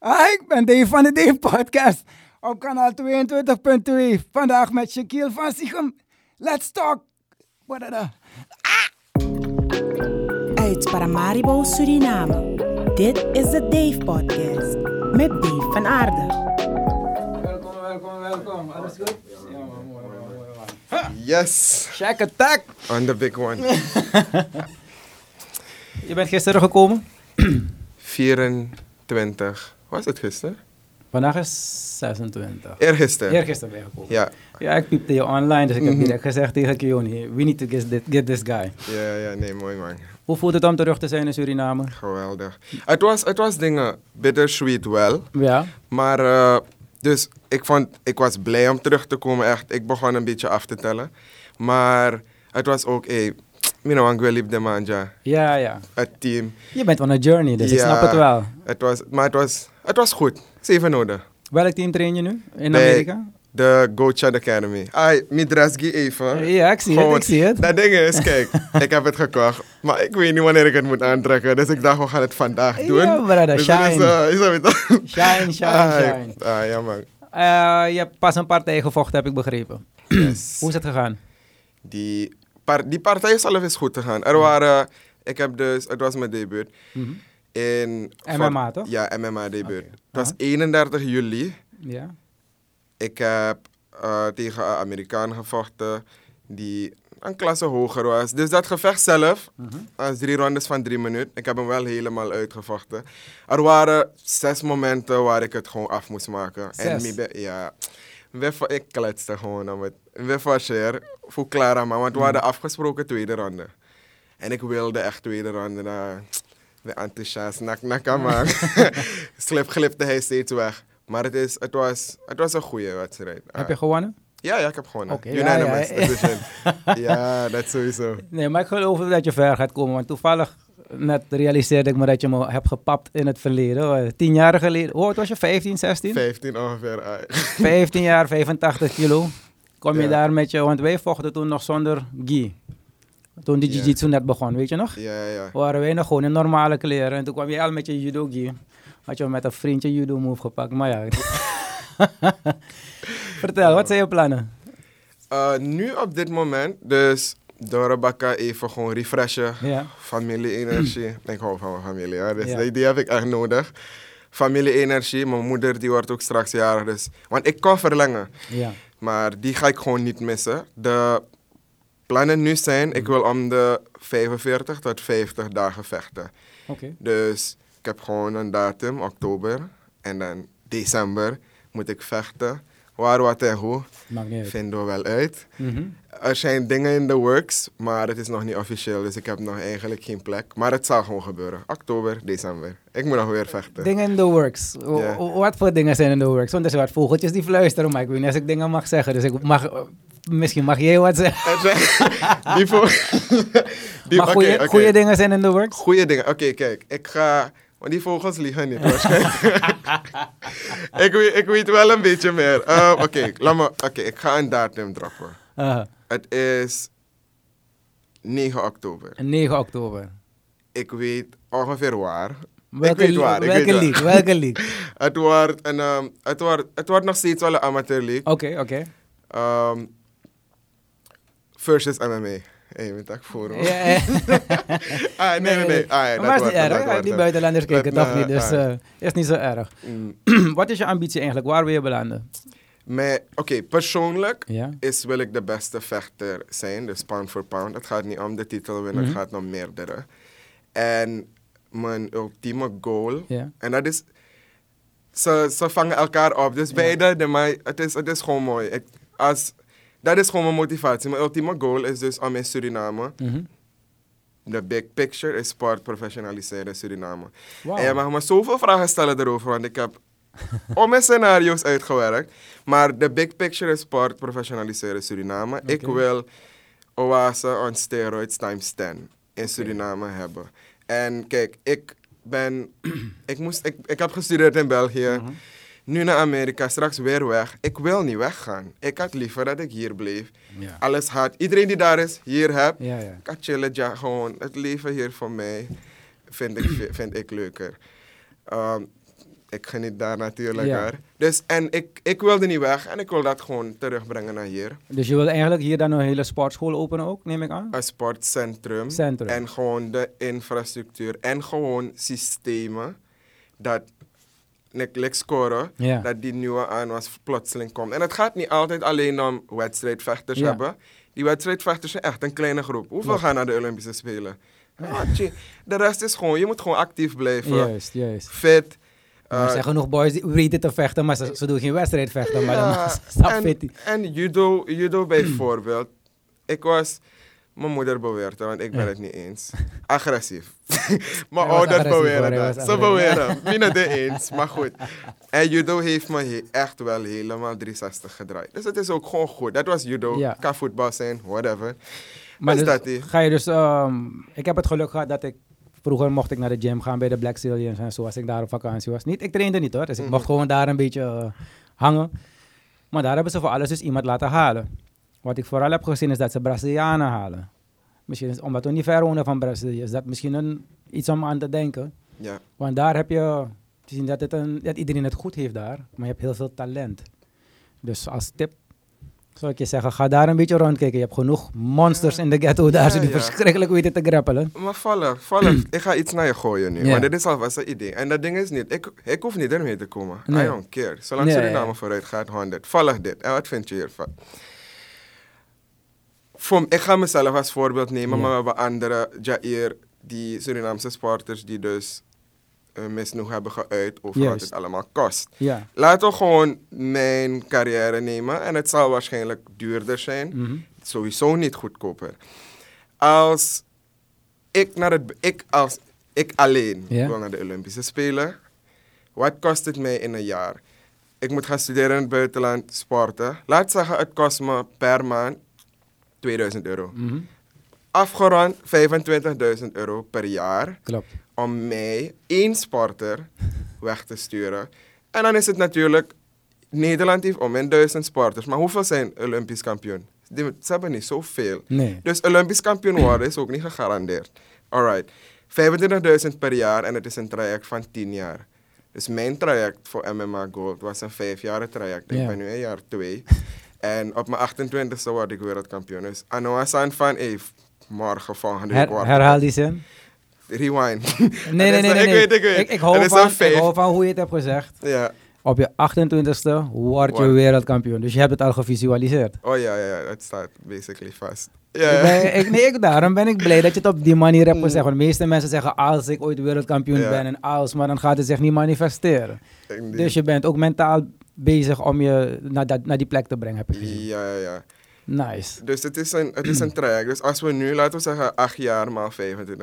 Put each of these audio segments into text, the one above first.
Hi, ik ben Dave van de Dave Podcast op kanaal 22.2. Vandaag met Shaquille van Sichem. Let's talk. Uit Paramaribo, Suriname. Dit is de Dave Podcast met Dave van Aarde. Welkom. Alles goed? Ja, mooi. Yes, Shack attack. on the big one. Je bent gisteren gekomen? 24. Was het gisteren? Vandaag is 26. Eergisteren. Eergisteren ben je gekomen. Ja, Ja, ik piepte je online, dus ik heb direct gezegd tegen Kioni, we need to get this guy. ja, nee, mooi man. Hoe voelt het om terug te zijn in Suriname? Geweldig. Het was dingen bittersweet wel. Ja. Maar, dus ik was blij om terug te komen echt. Ik begon een beetje af te tellen. Maar het was ook, ik wil lief de manja. Ja. Het team. Je bent on a journey, dus ik Ja, snap het wel. Het was goed. 7 nodig. Welk team train je nu in Bij Amerika? De Go Chad Academy. Midresgi even. Ja, ik zie het. Dat ding is, kijk, ik heb het gekocht, maar ik weet niet wanneer ik het moet aantrekken. Dus ik dacht, we gaan het vandaag doen. Ja, brother, dus shine. Shine. Shine. Ja, man. Je hebt pas een partij gevochten, heb ik begrepen. Yes. Hoe is het gegaan? Die partij zelf is goed gegaan. Het was mijn debuut. In MMA, toch? Ja, MMA debuut. Oké. Het was 31 juli. Ja. Ik heb tegen een Amerikaan gevochten die een klasse hoger was. Dus dat gevecht zelf, was 3 rondes van 3 minuten. Ik heb hem wel helemaal uitgevochten. Er waren 6 momenten waar ik het gewoon af moest maken. 6? Ik kletste gewoon om het. We was voor Clara, man, want we hadden afgesproken tweede ronde. En ik wilde echt tweede ronde. We enthousiast, nak, man. Glipte hij steeds weg. Maar het was een goede wedstrijd. Heb je gewonnen? Ja, ik heb gewonnen. Oké, Unanimous ja. decision. Ja, dat sowieso. Nee, maar ik geloof dat je ver gaat komen. Want toevallig net realiseerde ik me dat je me hebt gepapt in het verleden. 10 jaar geleden. Hoe oud was je? 15, 16? 15 ongeveer. 15 jaar, 85 kilo. Kom je Ja. daar met je... Want wij vochten toen nog zonder gi. Toen die jiu-jitsu net begon, weet je nog? Ja. Waren wij nog gewoon in normale kleren. En toen kwam je al met je judo-gi. Had je met een vriendje judo-move gepakt. Maar ja... Vertel, wat zijn je plannen? Nu op dit moment, dus Dorabaka even gewoon refreshen. Ja. Familie-energie. Ik hou van mijn familie, hè, dus Ja. die heb ik echt nodig. Familie-energie. Mijn moeder die wordt ook straks jarig. Dus, want ik kan verlengen. Ja. Maar die ga ik gewoon niet missen. De plannen nu zijn, ik wil om de 45 tot 50 dagen vechten. Oké. Dus ik heb gewoon een datum, oktober. En dan december moet ik vechten. Waar, wat en hoe, Maakt niet uit. vinden we wel uit. Mhm. Er zijn dingen in de works, maar het is nog niet officieel. Dus ik heb nog eigenlijk geen plek. Maar het zal gewoon gebeuren. Oktober, december. Ik moet nog weer vechten. Dingen in the works. Ja. Wat voor dingen zijn in the works? Want er zijn wat vogeltjes die fluisteren, maar ik weet niet als ik dingen mag zeggen. Dus misschien mag jij wat zeggen. Die Maar goede dingen zijn in the works? Goeie dingen. Oké, kijk. Ik ga... Want die vogels liegen niet waarschijnlijk. ik weet wel een beetje meer. Oké, ik ga een datum droppen. Het is 9 oktober. 9 oktober. Ik weet ongeveer waar. Welke league? Het wordt nog steeds wel een amateur league. Oké. Versus MMA. Hey, met dat voor hoor. Ja. Nee. Maar is niet erg. Die buitenlanders kijken toch niet, dus is niet zo erg. Wat is je ambitie eigenlijk? Waar wil je belanden? Persoonlijk Ja. wil ik de beste vechter zijn, dus pound for pound. Het gaat niet om de titel winnen, het gaat om meerdere. En mijn ultieme goal, Ja. en dat is, ze vangen elkaar op, dus beide, maar het is gewoon mooi. Dat is gewoon mijn motivatie. Mijn ultieme goal is dus om in Suriname, de big picture is sport professionaliseren in Suriname. Wow. En je mag me zoveel vragen stellen erover, want ik heb al mijn scenario's uitgewerkt. Maar de big picture is sport professionaliseren in Suriname. Okay. Ik wil Oase on steroids times 10 in Suriname hebben. En kijk, ik heb gestudeerd in België. Nu naar Amerika, straks weer weg. Ik wil niet weggaan. Ik had liever dat ik hier bleef. Ja. Alles had. Iedereen die daar is, hier heb. Ja. Ik ga chillen, ja, gewoon. Het leven hier voor mij vind ik leuker. ik geniet daar natuurlijk Ja. hoor. Dus, en ik wilde niet weg en ik wil dat gewoon terugbrengen naar hier. Dus je wil eigenlijk hier dan een hele sportschool openen ook, neem ik aan? Een sportcentrum. Centrum. En gewoon de infrastructuur en gewoon systemen dat ik scoren, Ja. dat die nieuwe aanwas plotseling komt. En het gaat niet altijd alleen om wedstrijdvechters Ja. hebben. Die wedstrijdvechters zijn echt een kleine groep. Hoeveel Klopt. gaan naar de Olympische Spelen? De rest is gewoon, je moet gewoon actief blijven. Juist. Fit. Maar er zijn genoeg boys die weten te vechten, maar ze doen geen wedstrijd vechten. Maar dan stap fit. en judo bijvoorbeeld. Mijn moeder beweert, want ik ben het niet eens. Agressief. Mijn Hij was ouders agressief, beweren hoor, hij dat. was Ze agressief. beweren. Ik ben het niet eens, maar goed. En judo heeft me echt wel helemaal 360 gedraaid. Dus het is ook gewoon goed. Dat was judo. Ja. Kan voetbal zijn, whatever. Maar Dus dus, dat die. ga je dus, ik heb het geluk gehad dat vroeger mocht ik naar de gym gaan bij de Black Stallions en zo als ik daar op vakantie was. Ik trainde niet hoor, dus ik mocht gewoon daar een beetje hangen. Maar daar hebben ze voor alles dus iemand laten halen. Wat ik vooral heb gezien is dat ze Brazilianen halen. Misschien is, omdat we niet ver wonen van Brazilië, is dat misschien iets om aan te denken. Ja. Want daar heb je te zien dat iedereen het goed heeft daar, maar je hebt heel veel talent. Dus als tip zou ik je zeggen, ga daar een beetje rondkijken. Je hebt genoeg monsters in de ghetto daar, Ja, die ja. verschrikkelijk weten te grappelen. Maar vallen. Ik ga iets naar je gooien nu. Ja. Maar dit is alvast een idee. En dat ding is niet, ik hoef niet ermee te komen. Nee. I don't care. Zolang Nee. Suriname vooruit gaat, 100. Volg dit. En wat vind je hiervan? Ik ga mezelf als voorbeeld nemen, Ja. maar we hebben andere, Jair, die Surinaamse sporters die dus misnoeg hebben geuit over wat Juist. het allemaal kost. Ja. Laten we gewoon mijn carrière nemen en het zal waarschijnlijk duurder zijn. Mhm. Sowieso niet goedkoper. Als ik alleen Ja. wil naar de Olympische Spelen, wat kost het mij in een jaar? Ik moet gaan studeren in het buitenland, sporten. Laat zeggen, het kost me per maand €2000. Mhm. Afgerond €25.000 per jaar Klopt. om mij één sporter weg te sturen. En dan is het natuurlijk, Nederland heeft om in 1000 sporters, maar hoeveel zijn Olympisch kampioen? Ze hebben niet zoveel. Nee. Dus Olympisch kampioen worden is ook niet gegarandeerd. Alright. 25.000 per jaar en het is een traject van 10 jaar. Dus mijn traject voor MMA Gold was een 5-jarig traject. Ja. Ik ben nu in jaar 2. En op mijn 28e word ik wereldkampioen. Dus Anoa San van morgen volgende week wordt Herhaal die zin. Rewind. Nee. Ik weet. Ik hou Het is een van, ik vijf. hou van hoe je het hebt gezegd. Ja. Op je 28e word je wereldkampioen. Dus je hebt het al gevisualiseerd. Oh ja, het staat basically vast. Ja. Daarom ben ik blij dat je het op die manier hebt gezegd. Want de meeste mensen zeggen als ik ooit wereldkampioen Ja. ben en als, maar dan gaat het zich niet manifesteren. Indeed. Dus je bent ook mentaal bezig om je naar die plek te brengen, heb ik gezien. Ja. Nice. Dus het is een traject. Dus als we nu, laten we zeggen, 8 jaar maal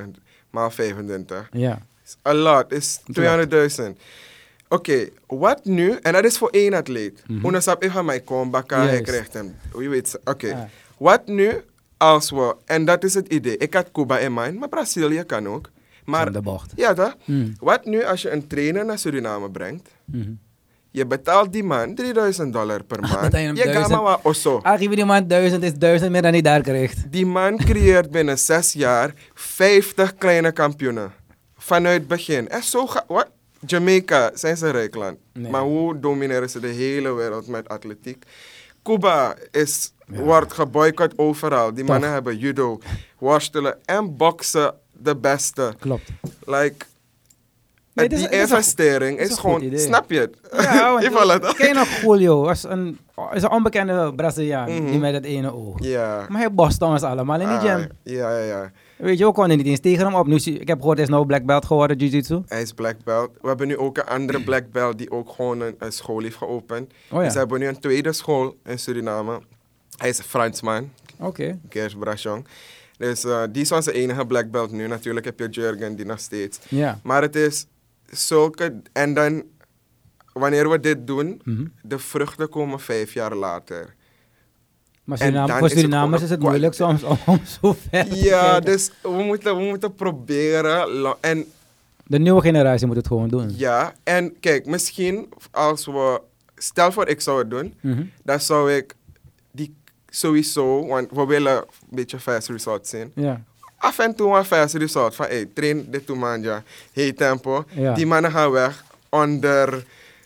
25. Ja. Is a lot. Is 200.000. Oké, wat nu? En dat is voor één atleet. Hoe snap ik van mijn comeback, hij Juist. krijgt hem. Je weet, oké. Ja. Wat nu als we, en dat is het idee. Ik had Cuba in mind, maar Brazilië kan ook. Maar, Van de bocht. ja, toch? Mm. Wat nu als je een trainer naar Suriname brengt? Mhm. Je betaalt die man $3.000 per maand. betaal je hem Je gaat 1000? maar wat osso. Als je die man 1000 is 1000 meer dan hij daar krijgt. Die man creëert binnen 6 jaar 50 kleine kampioenen. Vanuit het begin. En zo wat? Jamaica zijn ze rijk land. Nee. Maar hoe domineren ze de hele wereld met atletiek? Cuba wordt geboycott overal. Die mannen hebben judo, worstelen en boksen de beste. Klopt. Like, Nee, die het is een- investering het is is een gewoon, goed idee. snap je het? Ja, want Je valt het. ken je nog Julio? Is een onbekende Braziliaan. Die met het ene oog. Ja. Maar hij bost ons allemaal in die gym. Ja. Weet je, we konden niet eens tegen hem op. Nu, ik heb gehoord, hij is nou black belt geworden, jiu-jitsu. Hij is black belt. We hebben nu ook een andere black belt die ook gewoon een school heeft geopend. Oh ja. Dus we hebben nu een tweede school in Suriname. Hij is een Fransman, Oké. Gers Brachon. Dus die is onze enige black belt nu. Natuurlijk heb je Jurgen die nog steeds. Ja. Maar het is zulke... En dan, wanneer we dit doen, de vruchten komen 5 jaar later. Maar En dan voor is het Surinamers gewoon is het een moeilijk soms om zo ver te Ja, kijken. dus we moeten proberen. En De nieuwe generatie moet het gewoon doen. ja, en kijk, misschien als we... Stel voor ik zou het doen, Mhm. dan zou ik die sowieso... Want we willen een beetje fast results zien. Ja. Af en toe een fast result van, hey, train dit toe man, ja. Hey, tempo. Ja. Die mannen gaan weg. onder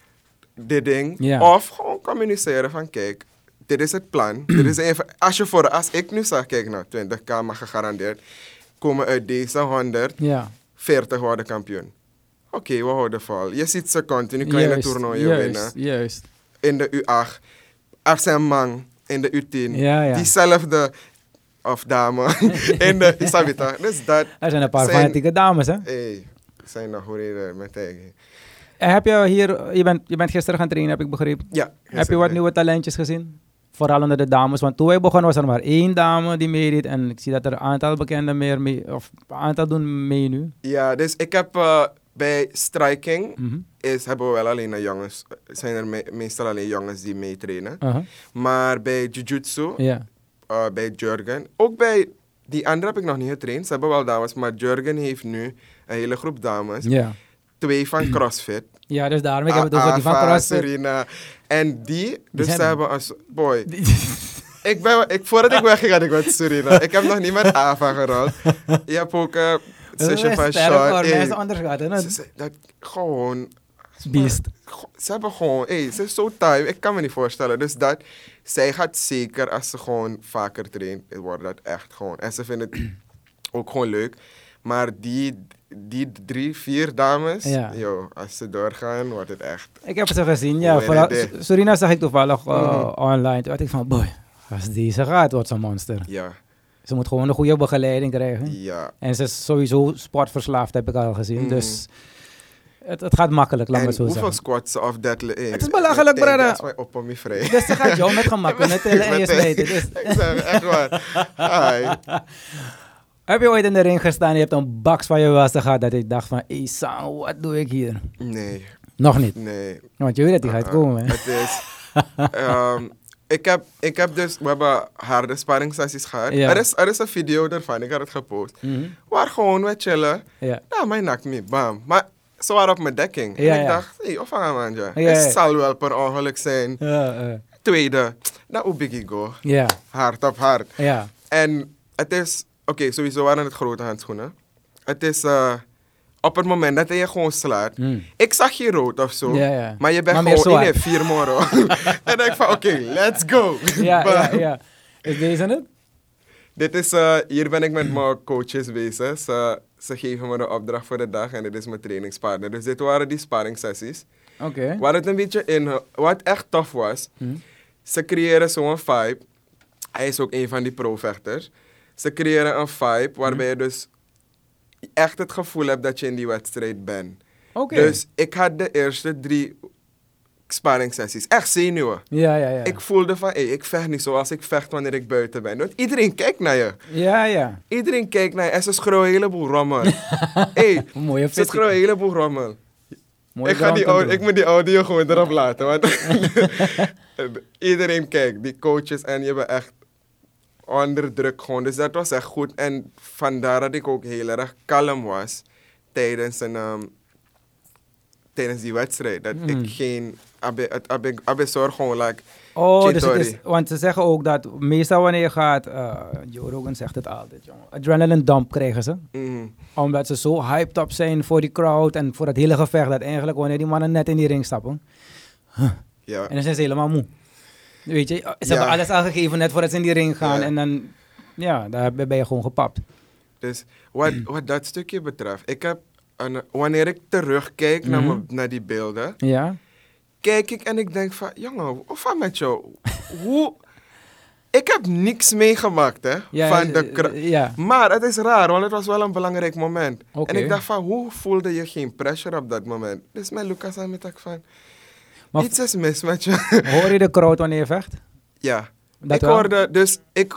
dit ding. Ja. Of gewoon communiceren van kijk, dit is het plan. Dit is even, als ik nu zeg, kijk nou, 20k mag gegarandeerd. Komen uit deze 100, Ja. 40 worden kampioen. Oké, we houden vol. Je ziet ze continu kleine toernooien winnen. Juist. In de U8. Arsen in de U10. Ja. Diezelfde, of dame, in de Isabita. Dus dat Er zijn een paar fanatieke dames, hè? Hey, zijn nog hoe met tegen. Heb je hier, je bent gisteren gaan trainen, heb ik begrepen. Ja. Heb je wat nieuwe talentjes gezien? Vooral onder de dames, want toen wij begonnen was er maar 1 dame die meedeed. En ik zie dat er een aantal bekenden meer mee, of een aantal doen mee nu. Ja, dus ik heb bij striking hebben we wel alleen jongens. Zijn er meestal alleen jongens die meetrainen. Maar bij jiu-jitsu, bij Jurgen, ook bij die andere heb ik nog niet getraind. Ze hebben wel dames, maar Jurgen heeft nu een hele groep dames. 2 van CrossFit. Ja, dus daarom. Ik heb het over die van CrossFit. Serena. En dus ze hebben als... Boy. Voordat ik wegging had ik met Serena. Ik heb nog niet met Ava gerold. Je hebt ook Session van Sean. Mensen onderschatten. Dat gewoon... Beest. Ze hebben gewoon... ze is zo taai. Ik kan me niet voorstellen. Dus dat... Zij gaat zeker, als ze gewoon vaker traint, wordt dat echt gewoon... En ze vinden het ook gewoon leuk. Maar die 3, 4 dames, als ze doorgaan, wordt het echt... Ik heb ze gezien, ja. Serena zag ik toevallig online. Toen dacht ik van, boy, als deze gaat, wordt ze een monster. Ja. Ze moet gewoon een goede begeleiding krijgen. Ja. En ze is sowieso sportverslaafd, heb ik al gezien. Dus het gaat makkelijk, laat me zo zeggen. Hoeveel squats of deadlift? Het is belachelijk, brother. Dat is mij op me vrij. Dus ze gaat jou met gemak kunnen tillen en je smijten. Dus. Ik zeg echt waar. Hi. Heb je ooit in de ring gestaan en je hebt een baks van je wassen gehad dat ik dacht van, Sam, wat doe ik hier? Nee. Nog niet? Nee. Want je weet dat die gaat komen, hè? Het is... ik heb dus... We hebben harde sparringssessies gehad. Ja. Er is een video ervan, ik had het gepost. Waar gewoon we chillen. Ja. Nou, mijn nak me, bam. Maar ze waren op mijn dekking. Ja, en ik dacht, of gaan we aan ja. Het zal wel per ongeluk zijn. Ja. Tweede, nou, hoe biggie go. Ja. Hard op hard. Ja. En het is... Oké, sowieso waren het grote handschoenen. Het is... op het moment dat hij je gewoon slaat. Ik zag je rood of zo. Ja. Maar je bent maar gewoon in 4 moro. En dan denk ik van, oké, let's go. Ja. Is deze het? Dit is... hier ben ik met mijn coaches bezig. Ze geven me de opdracht voor de dag. En dit is mijn trainingspartner. Dus dit waren die sparringssessies. Oké. Waar het een beetje in... Wat echt tof was. Ze creëren zo'n vibe. Hij is ook een van die pro-vechters. Ze creëren een vibe waarbij je dus echt het gevoel hebt dat je in die wedstrijd bent. Oké. Dus ik had de eerste 3 sparringssessies. Echt zenuwen. Ja. Ik voelde van, ik vecht niet zoals ik vecht wanneer ik buiten ben. Want iedereen kijkt naar je. Ja. Iedereen kijkt naar je en ze schreeuwen een heleboel rommel. Mooie ze schreeuwen een heleboel rommel. Mooie Ik moet die audio gewoon erop laten. Want iedereen kijkt, die coaches en je bent echt onder druk gewoon. Dus dat was echt goed. En vandaar dat ik ook heel erg kalm was tijdens die wedstrijd. Dat ik geen... Abbe zorg gewoon like... Dus het is... Want ze zeggen ook dat meestal wanneer je gaat... Joe Rogan zegt het altijd, jongen. Adrenaline dump krijgen ze. Omdat ze zo hyped up zijn voor die crowd en voor het hele gevecht. Dat eigenlijk wanneer die mannen net in die ring stappen... Ja. En dan zijn ze helemaal moe. Weet je, ze hebben alles al gegeven net voordat ze in die ring gaan. En dan, daar ben je gewoon gepapt. Dus wat dat stukje betreft, ik heb wanneer ik terugkijk naar die beelden, kijk ik en ik denk van, jongen, wat met jou? Ik heb niks meegemaakt, hè, van de Maar het is raar, want het was wel een belangrijk moment. En ik dacht van, hoe voelde je geen pressure op dat moment? Dus met Lucas en met ik van... Maar iets is mis met je. Hoor je de crowd wanneer je vecht? Ja. Ik hoorde, dus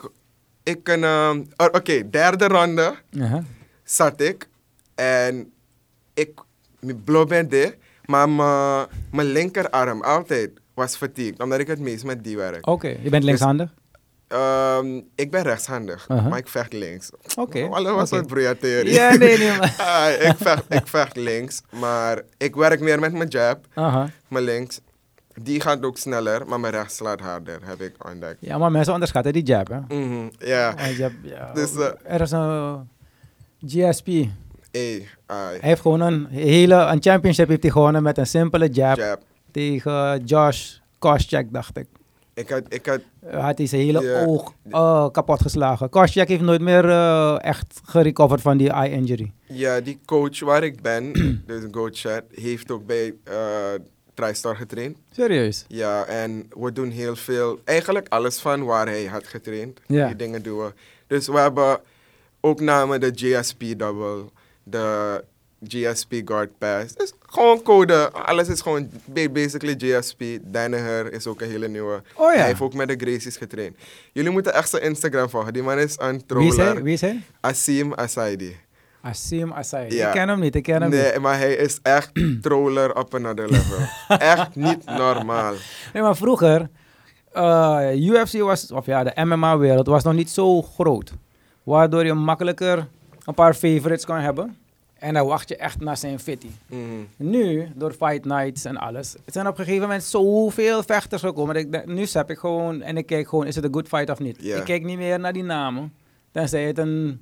derde ronde zat ik. En mijn blauw ben dit, maar mijn linkerarm altijd was fatigued, omdat ik het meest met die werk. Oké, je bent linkshandig? Ik ben rechtshandig, maar ik vecht links. Alles was wat broeiaterie. Ja, nee. Ik vecht links, maar ik werk meer met mijn jab, mijn links. Die gaat ook sneller, maar mijn rechts slaat harder, heb ik ontdekt. Ja, maar mensen onderschatten die jab, hè? Ja. Dus, er is een GSP. Hij heeft gewoon een championship heeft hij gewonnen met een simpele jab. Tegen Josh Koscheck, dacht ik. Ik had had hij zijn hele oog kapot geslagen. Koscheck heeft nooit meer echt gerecoverd van die eye injury. Ja, die coach waar ik ben, dus een coach, heeft ook bij TriStar getraind. Serieus? Ja, en we doen heel veel, eigenlijk alles van waar hij had getraind. Ja. Die dingen doen we. Dus we hebben ook namen de GSP double, de GSP guard pass. Dus gewoon code, alles is gewoon basically GSP. Danaher is ook een hele nieuwe. Oh ja. Hij heeft ook met de Gracies getraind. Jullie moeten echt zijn Instagram volgen. Die man is een troller. Wie is hij? Asim Asaidi. Asim Asaidi. Ja. Ik ken hem niet, Nee, maar hij is echt troller op another level. Echt niet normaal. Nee, maar vroeger, UFC was, of ja, de MMA-wereld was nog niet zo groot. Waardoor je makkelijker een paar favorites kan hebben. En dan wacht je echt naar zijn fitty. Mm. Nu, door fight nights en alles, er zijn op een gegeven moment zoveel vechters gekomen. Nu heb ik gewoon, en ik kijk gewoon, is het een good fight of niet? Yeah. Ik kijk niet meer naar die namen. Tenzij het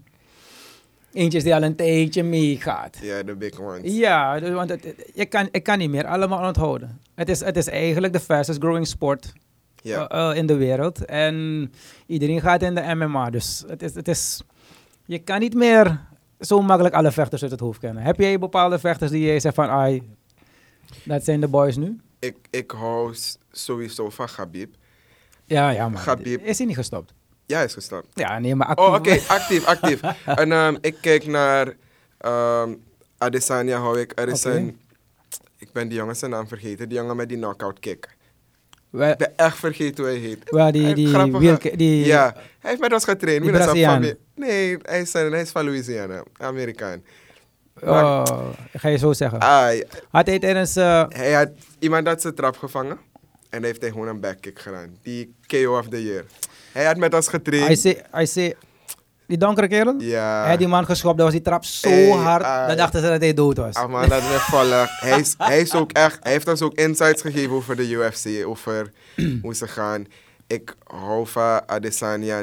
eentje is die al een tijdje meegaat. Ja, de big ones. Ja, want ik kan niet meer allemaal onthouden. Het is eigenlijk de fastest growing sport in de wereld. En iedereen gaat in de MMA. Dus het is je kan niet meer zo makkelijk alle vechters uit het hoofd kennen. Heb jij bepaalde vechters die je zegt van, ai, dat zijn de boys nu? Ik hou sowieso van Khabib. Ja, maar Khabib. Is hij niet gestopt? Ja, hij is gestopt. Ja, nee, maar actief. Oh, oké, actief. En ik kijk naar Adesanya, hou ik. Er is ik ben die jongen zijn naam vergeten. Die jongen met die knockout kick. Ik ben echt vergeten hoe hij heet. Wel, die ja, hij heeft met ons getraind. Die Braziliaan. Nee, hij is van Louisiana. Amerikaan. Ga je zo zeggen? Had hij tijdens... Hij had iemand dat zijn trap gevangen. En heeft hij gewoon een backkick gedaan. Die KO of the year. Hij had met ons getraind. Hij zei... Die donkere kerel? Ja. Hij had die man geschopt, dat was die trap zo hard. Dan dachten ze dat hij dood was. Ah man, dat is volg. Hij is ook echt... Hij heeft ons ook insights gegeven over de UFC. Over hoe ze gaan. Ik hou van Adesanya.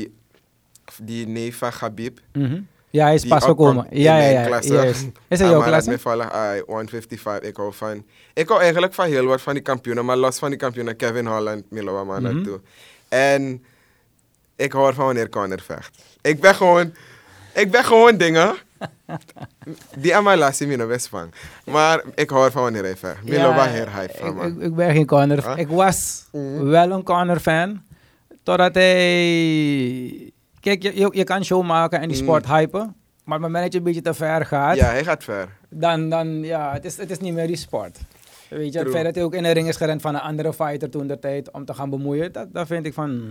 Die neef van Khabib. Mm-hmm. Ja, hij is pas gekomen. Ja. Yes. Is hij jouw klasse? Dat volg 155. Ik hou eigenlijk van heel wat van die kampioenen. Maar los van die kampioenen, Kevin Holland, Milo man naartoe. En ik hou ervan wanneer Conor vecht. Ik ben gewoon dingen die aan mij laat zien best van. Maar ik hou ervan wanneer hij vecht. Milo was heel hype van man. Ik ben geen Conor. Huh? Ik was wel een Conor fan. Totdat hij... Kijk, je kan show maken en die sport hypen. Maar op het moment dat je een beetje te ver gaat... Ja, hij gaat ver. Dan ja, het is niet meer die sport. Weet je, het feit dat hij ook in de ring is gerend van een andere fighter toen de tijd om te gaan bemoeien, dat vind ik van,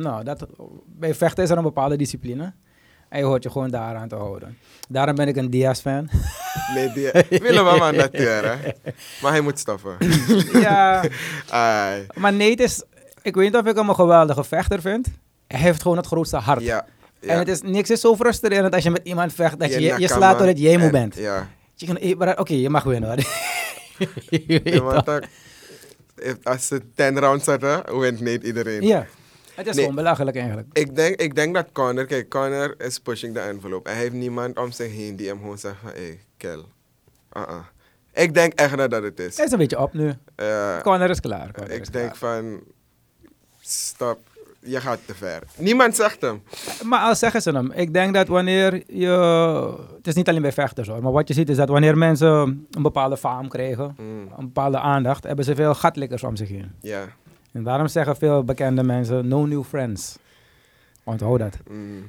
bij vechten is er een bepaalde discipline. En je hoort je gewoon daaraan te houden. Daarom ben ik een Diaz-fan. Nee, willen we maar natuurlijk, hè. Maar hij moet stoppen. Ja. Maar Nate is, ik weet niet of ik hem een geweldige vechter vind. Hij heeft gewoon het grootste hart. Ja. En niks is zo frustrerend als je met iemand vecht dat je slaat doordat jij moe bent. Ja. Oké, je mag winnen hoor. Als ze 10 rounds zetten, wint niet iedereen. Ja, het is gewoon belachelijk eigenlijk. Ik denk dat Conor is pushing the envelope. Hij heeft niemand om zich heen die hem gewoon zegt van, hey, kill. Ik denk echt dat het is. Het is een beetje op nu. Conor is klaar. Van, stop. Je gaat te ver. Niemand zegt hem. Maar al zeggen ze hem. Ik denk dat wanneer je... Het is niet alleen bij vechters hoor. Maar wat je ziet is dat wanneer mensen een bepaalde faam krijgen, een bepaalde aandacht, hebben ze veel gatlikkers om zich heen. Ja. En daarom zeggen veel bekende mensen, no new friends. Onthoud dat.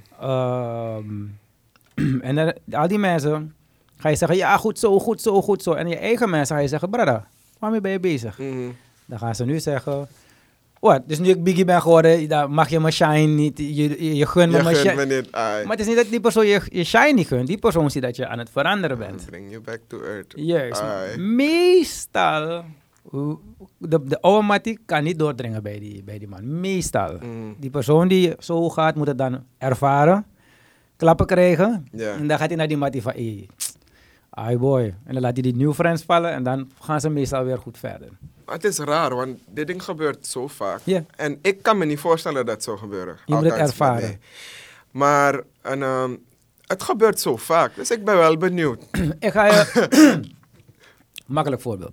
En dan, al die mensen ga je zeggen, ja goed zo. En je eigen mensen ga je zeggen, brother, waarmee ben je bezig? Dan gaan ze nu zeggen... Wat? Dus nu ik Biggie ben geworden, dan mag je mijn shine niet. Je gunt me mijn shine. Niet, maar het is niet dat die persoon je shine niet gunt. Die persoon ziet dat je aan het veranderen bent. Bring you back to earth. Juist. Meestal, de oude mattie kan niet doordringen bij die man. Meestal. Die persoon die zo gaat, moet het dan ervaren. Klappen krijgen. Yeah. En dan gaat hij naar die mattie van, ai boy. En dan laat hij die new friends vallen. En dan gaan ze meestal weer goed verder. Het is raar, want dit ding gebeurt zo vaak. Yeah. En ik kan me niet voorstellen dat het zou gebeuren. Je moet het ervaren. Nee. Maar Het gebeurt zo vaak, dus ik ben wel benieuwd. Ik ga je... Makkelijk voorbeeld.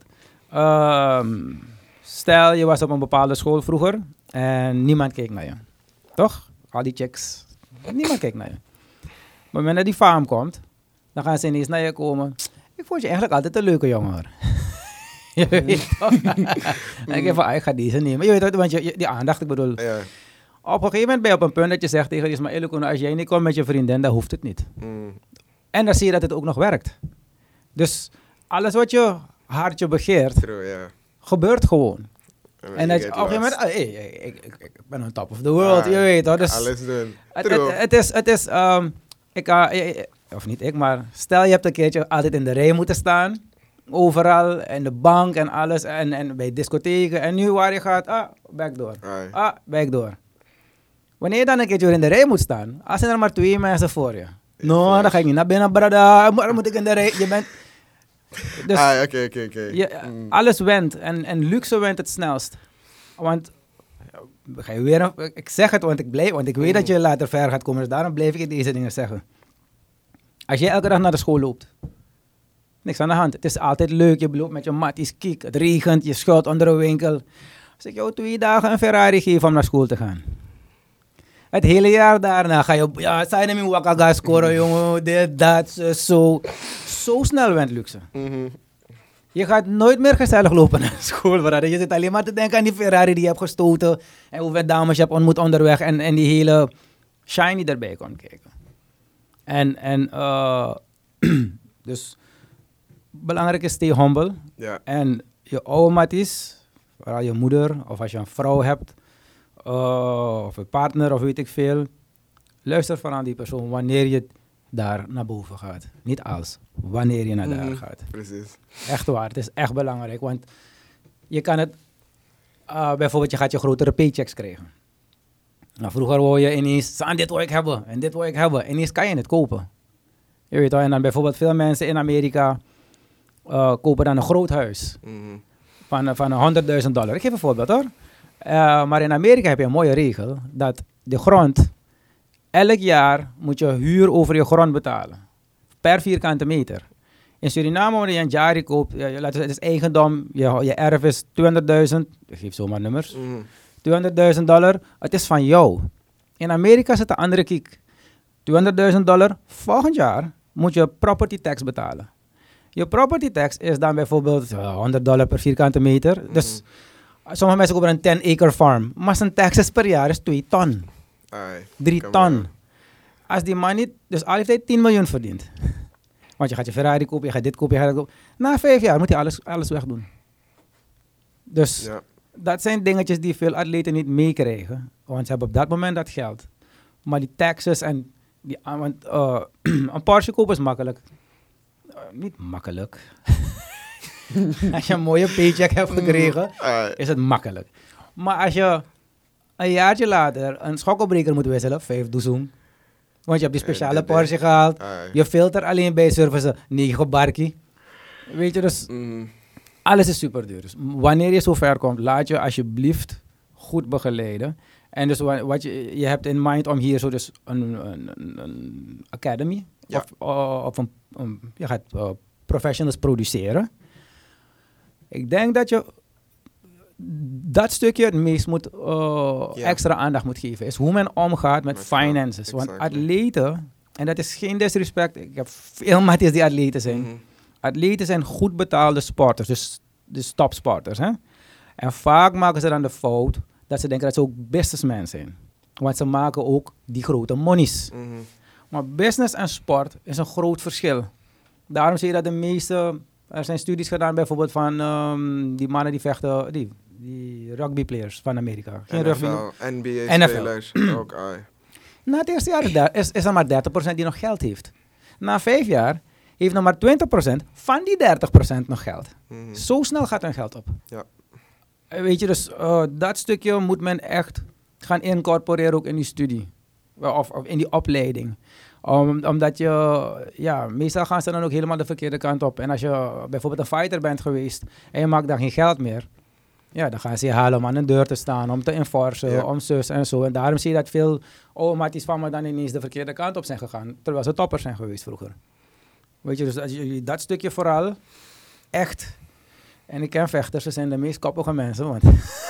Stel, je was op een bepaalde school vroeger en niemand keek naar je. Toch? Al die chicks. Niemand keek naar je. Maar op het moment dat die farm komt, dan gaan ze ineens naar je komen. Ik vond je eigenlijk altijd een leuke jongen, hoor. Je weet toch? En ik denk van, ik ga deze nemen. Je weet toch, want die aandacht, ik bedoel... Ja. Op een gegeven moment ben je op een punt dat je zegt tegen Ismaël Koen, als jij niet komt met je vriendin, dan hoeft het niet. En dan zie je dat het ook nog werkt. Dus alles wat je hartje begeert, True, ja. gebeurt gewoon. En dat je get op een gegeven lost. moment, ik ben on top of the world, je weet toch. Dus Alles doen. het is of niet ik, maar stel je hebt een keertje altijd in de rij moeten staan. Overal, in de bank en alles, en bij discotheken. En nu waar je gaat, backdoor. Backdoor. Wanneer je dan een keertje in de rij moet staan, als zijn er maar 2 mensen voor je. No, dan ga ik niet naar binnen, brada. Maar dan moet ik in de rij. Je bent... Dus Oké. alles went en luxe went het snelst. Want ga je weer, ik zeg het, want ik weet dat je later ver gaat komen. Dus daarom blijf ik deze dingen zeggen. Als je elke dag naar de school loopt, niks aan de hand. Het is altijd leuk. Je loopt met je matties, kiek. Het regent, je schuilt onder een winkel. Als ik jou 2 dagen een Ferrari geef om naar school te gaan. Het hele jaar daarna ga je, zijn er in Wakaga scoren, jongen. Dit, dat, zo. Zo snel went luxe. Je gaat nooit meer gezellig lopen naar school, brother. Je zit alleen maar te denken aan die Ferrari die je hebt gestoten. En hoeveel dames je hebt ontmoet onderweg. En die hele shiny erbij kon kijken. Dus belangrijk is stay humble. Ja. En je oude matties, vooral je moeder, of als je een vrouw hebt, of een partner, of weet ik veel. Luister van aan die persoon wanneer je daar naar boven gaat. Niet als, wanneer je naar daar gaat. Precies. Echt waar, het is echt belangrijk. Want je kan het, bijvoorbeeld je gaat je grotere paychecks krijgen. Nou, vroeger wou je ineens, dit wil ik hebben, en dit wil ik hebben. Ineens kan je het kopen. Je weet wel, en dan bijvoorbeeld veel mensen in Amerika kopen dan een groot huis. Van $100.000. Ik geef een voorbeeld hoor. Maar in Amerika heb je een mooie regel, dat de grond, elk jaar moet je huur over je grond betalen. Per vierkante meter. In Suriname, wanneer je een jari koopt, het is eigendom, je erf is $200.000, ik geef zomaar nummers, $200.000, het is van jou. In Amerika is het een andere kiek. $200.000, volgend jaar moet je property tax betalen. Je property tax is dan bijvoorbeeld $100 per vierkante meter. Dus sommige mensen kopen een 10-acre farm, maar zijn taxes per jaar is 2 ton. 3 ton. Als die man niet, dus al heeft hij 10 miljoen verdiend. Want je gaat je Ferrari kopen, je gaat dit kopen, je gaat dat kopen. Na 5 jaar moet hij alles wegdoen. Dus dat zijn dingetjes die veel atleten niet meekrijgen. Want ze hebben op dat moment dat geld. Maar die taxes en want een Porsche kopen is makkelijk. Niet makkelijk. Als je een mooie paycheck hebt gekregen, is het makkelijk. Maar als je een jaartje later een schokkelbreker moet wisselen, 5 doezoen. Want je hebt die speciale Porsche gehaald. Je filter alleen bij service 9 barkie. Weet je, dus alles is super duur. Dus wanneer je zo ver komt, laat je alsjeblieft goed begeleiden. En dus wat je hebt in mind om hier zo dus een academy of je gaat professionals produceren. Ik denk dat je dat stukje het meest moet extra aandacht moet geven. Is hoe men omgaat met finances. Want atleten, en dat is geen disrespect. Ik heb veel matties die atleten zijn. Atleten zijn goed betaalde sporters. Dus topsporters. Hè? En vaak maken ze dan de fout dat ze denken dat ze ook businessmen zijn. Want ze maken ook die grote monies. Maar business en sport is een groot verschil. Daarom zie je dat de meeste... Er zijn studies gedaan bijvoorbeeld van die mannen die vechten... Die rugbyplayers van Amerika. Geen rugby. NBA-spelers ook. Na het eerste jaar is er maar 30% die nog geld heeft. Na 5 jaar heeft nog maar 20% van die 30% nog geld. Zo snel gaat hun geld op. Ja. Weet je, dus dat stukje moet men echt gaan incorporeren ook in die studie. Of in die opleiding. Omdat je, meestal gaan ze dan ook helemaal de verkeerde kant op. En als je bijvoorbeeld een fighter bent geweest en je maakt dan geen geld meer. Ja, dan gaan ze je halen om aan de deur te staan, om te enforcen, Ja. om zus en zo. En daarom zie je dat veel matties van me dan ineens de verkeerde kant op zijn gegaan, terwijl ze toppers zijn geweest vroeger. Weet je, dus als je dat stukje vooral, echt. En ik ken vechters, ze zijn de meest koppige mensen, want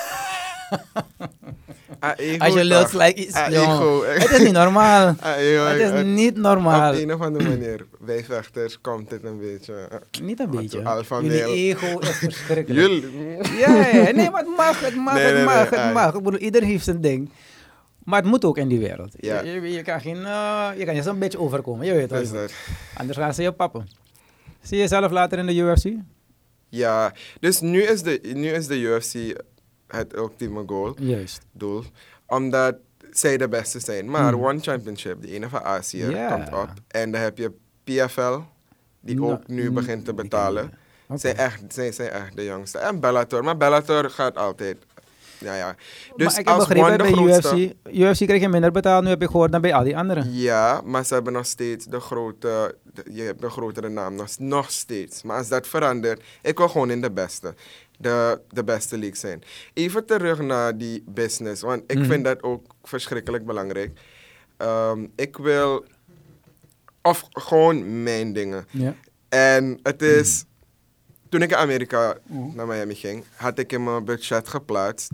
als je lult gelijk iets, het is niet normaal. Het is niet normaal. Op een of andere manier, wij vechters, komt het een beetje... Niet een beetje. Alpha Jullie male. ego is verschrikkelijk. Jullie... Ja, nee, maar het mag. Nee. Het mag. Ik bedoel, ieder heeft zijn ding. Maar het moet ook in die wereld. Ja. Je kan geen, je kan je zo'n beetje overkomen, je weet Dat is wel. dat. Anders gaan ze je pappen. Zie je jezelf later in de UFC? Ja, dus nu is de UFC het ultieme Juist. doel. Omdat zij de beste zijn. Maar One Championship, die ene van Azië, Ja. komt op. En dan heb je PFL, die ook nu begint te betalen. Okay. Zij zijn echt de jongste. En Bellator, maar Bellator gaat altijd. Ja. Dus Maar ik heb als begrepen, One de bij grootste... UFC krijg je minder betaald, nu heb ik gehoord, dan bij al die anderen. Ja, maar ze hebben nog steeds je hebt de grotere naam, nog steeds. Maar als dat verandert, ik wil gewoon in de beste. De beste league zijn. Even terug naar die business, want ik vind dat ook verschrikkelijk belangrijk. Ik wil, of gewoon mijn dingen. Ja. En het is, toen ik in Amerika naar Miami ging, had ik in mijn budget geplaatst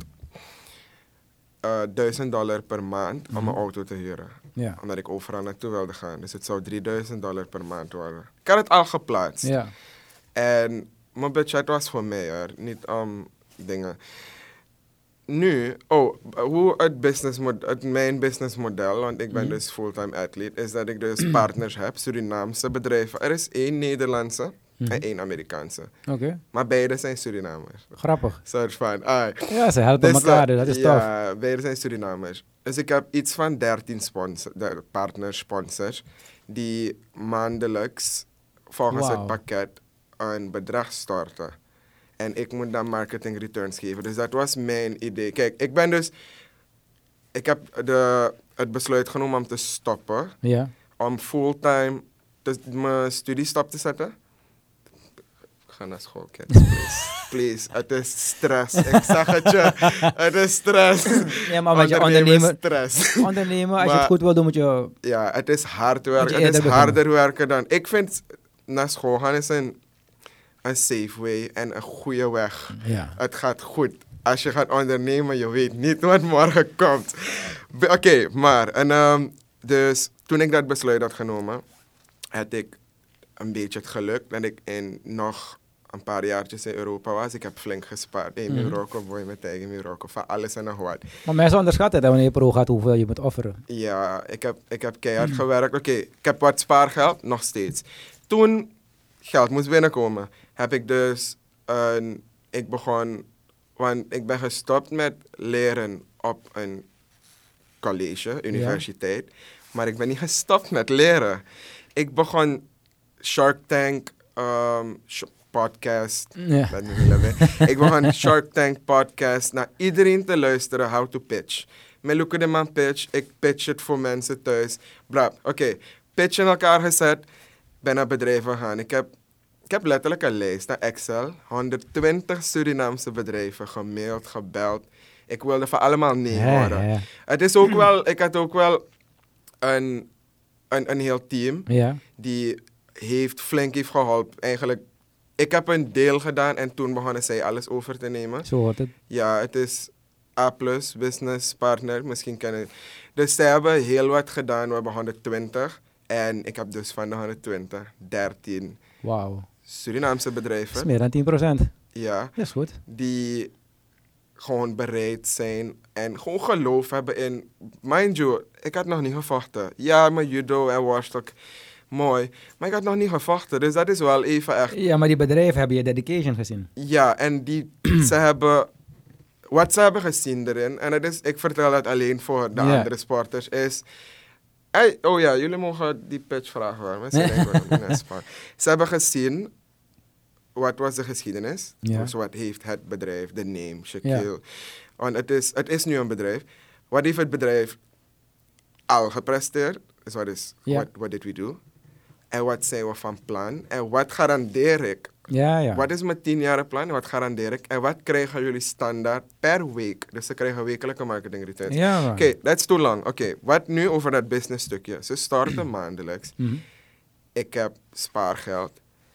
$1,000 per maand om een auto te huren. Ja. Omdat ik overal naartoe wilde gaan. Dus het zou $3,000 per maand worden. Ik had het al geplaatst. Ja. En mijn budget was voor mij, hoor. Niet om dingen. Nu, hoe mijn businessmodel, want ik ben dus fulltime athlete, is dat ik dus partners heb, Surinaamse bedrijven. Er is 1 Nederlandse en 1 Amerikaanse. Oké. Maar beide zijn Surinamers. Grappig. Soort van, Ja, ze helpen elkaar, dus dat is tof. Ja, beide zijn Surinamers. Dus ik heb iets van 13 partner-sponsors die maandelijks volgens het pakket een bedrag storten. En ik moet dan marketing returns geven. Dus dat was mijn idee. Kijk, ik heb het besluit genomen om te stoppen. Ja. Om fulltime mijn studie stop te zetten. Ga naar school, kids, please. Please, het is stress. Ik zeg het je, het is stress. Ja, maar wat je ondernemen, stress. ondernemen, als je het goed wil doen, moet je... Ja, het is hard werken. je Het is eerder harder werken dan... Ik vind naar school gaan is een safe way en een goede weg. Ja. Het gaat goed. Als je gaat ondernemen, je weet niet wat morgen komt. Oké, maar... dus toen ik dat besluit had genomen, had ik een beetje het geluk dat ik in nog een paar jaartjes in Europa was. Ik heb flink gespaard. 1 euro, boy met 1 euro, van alles en nog wat. Maar mensen onderschatten het, hè, wanneer je pro gaat, hoeveel je moet offeren. Ja, ik heb keihard gewerkt. Oké, ik heb wat spaargeld, nog steeds. Toen geld moest binnenkomen, heb ik dus ik begon, want ik ben gestopt met leren op een college, universiteit, maar ik ben niet gestopt met leren. Ik begon Shark Tank podcast. Ja. Dat niet willen. Ik begon Shark Tank podcast naar iedereen te luisteren how to pitch. Met Luke de Man pitch, ik pitch het voor mensen thuis. Oké, pitch in elkaar gezet, ben naar bedrijven gegaan. Ik heb letterlijk een lijst naar Excel, 120 Surinaamse bedrijven gemaild, gebeld. Ik wilde van allemaal nee horen. Ja. Het is ook wel, ik had ook wel een heel team die flink heeft geholpen. Eigenlijk, ik heb een deel gedaan en toen begonnen zij alles over te nemen. Zo hoort het. Ja, het is A+, business partner, misschien kennen. Dus zij hebben heel wat gedaan, we hebben 120. En ik heb dus van de 120, 13 Wauw. Surinaamse Dat is bedrijven. meer dan 10%. Ja, Dat is goed. die gewoon bereid zijn en gewoon geloof hebben in... Mind you, ik had nog niet gevochten. Ja, mijn judo en worstok, mooi. Maar ik had nog niet gevochten, dus dat is wel even echt... Ja, maar die bedrijven hebben je dedication gezien. Ja, en ze hebben... Wat ze hebben gezien erin, en het is, ik vertel het alleen voor de andere sporters, is... jullie mogen die pitch vragen hoor. Ze hebben gezien, wat was de geschiedenis? Ja. Dus wat heeft het bedrijf, de name, Shaquille. Want het is nu een bedrijf. Wat heeft het bedrijf al gepresteerd? Dus what did we do? En wat zijn we van plan? En wat garandeer ik Ja. Wat is mijn 10-jarige plan? Wat garandeer ik? En wat krijgen jullie standaard per week? Dus ze krijgen wekelijke marketing returns. Ja, man. Oké, dat is te lang. Oké, wat nu over dat business stukje? Ze starten maandelijks. Mhm. Ik heb spaargeld.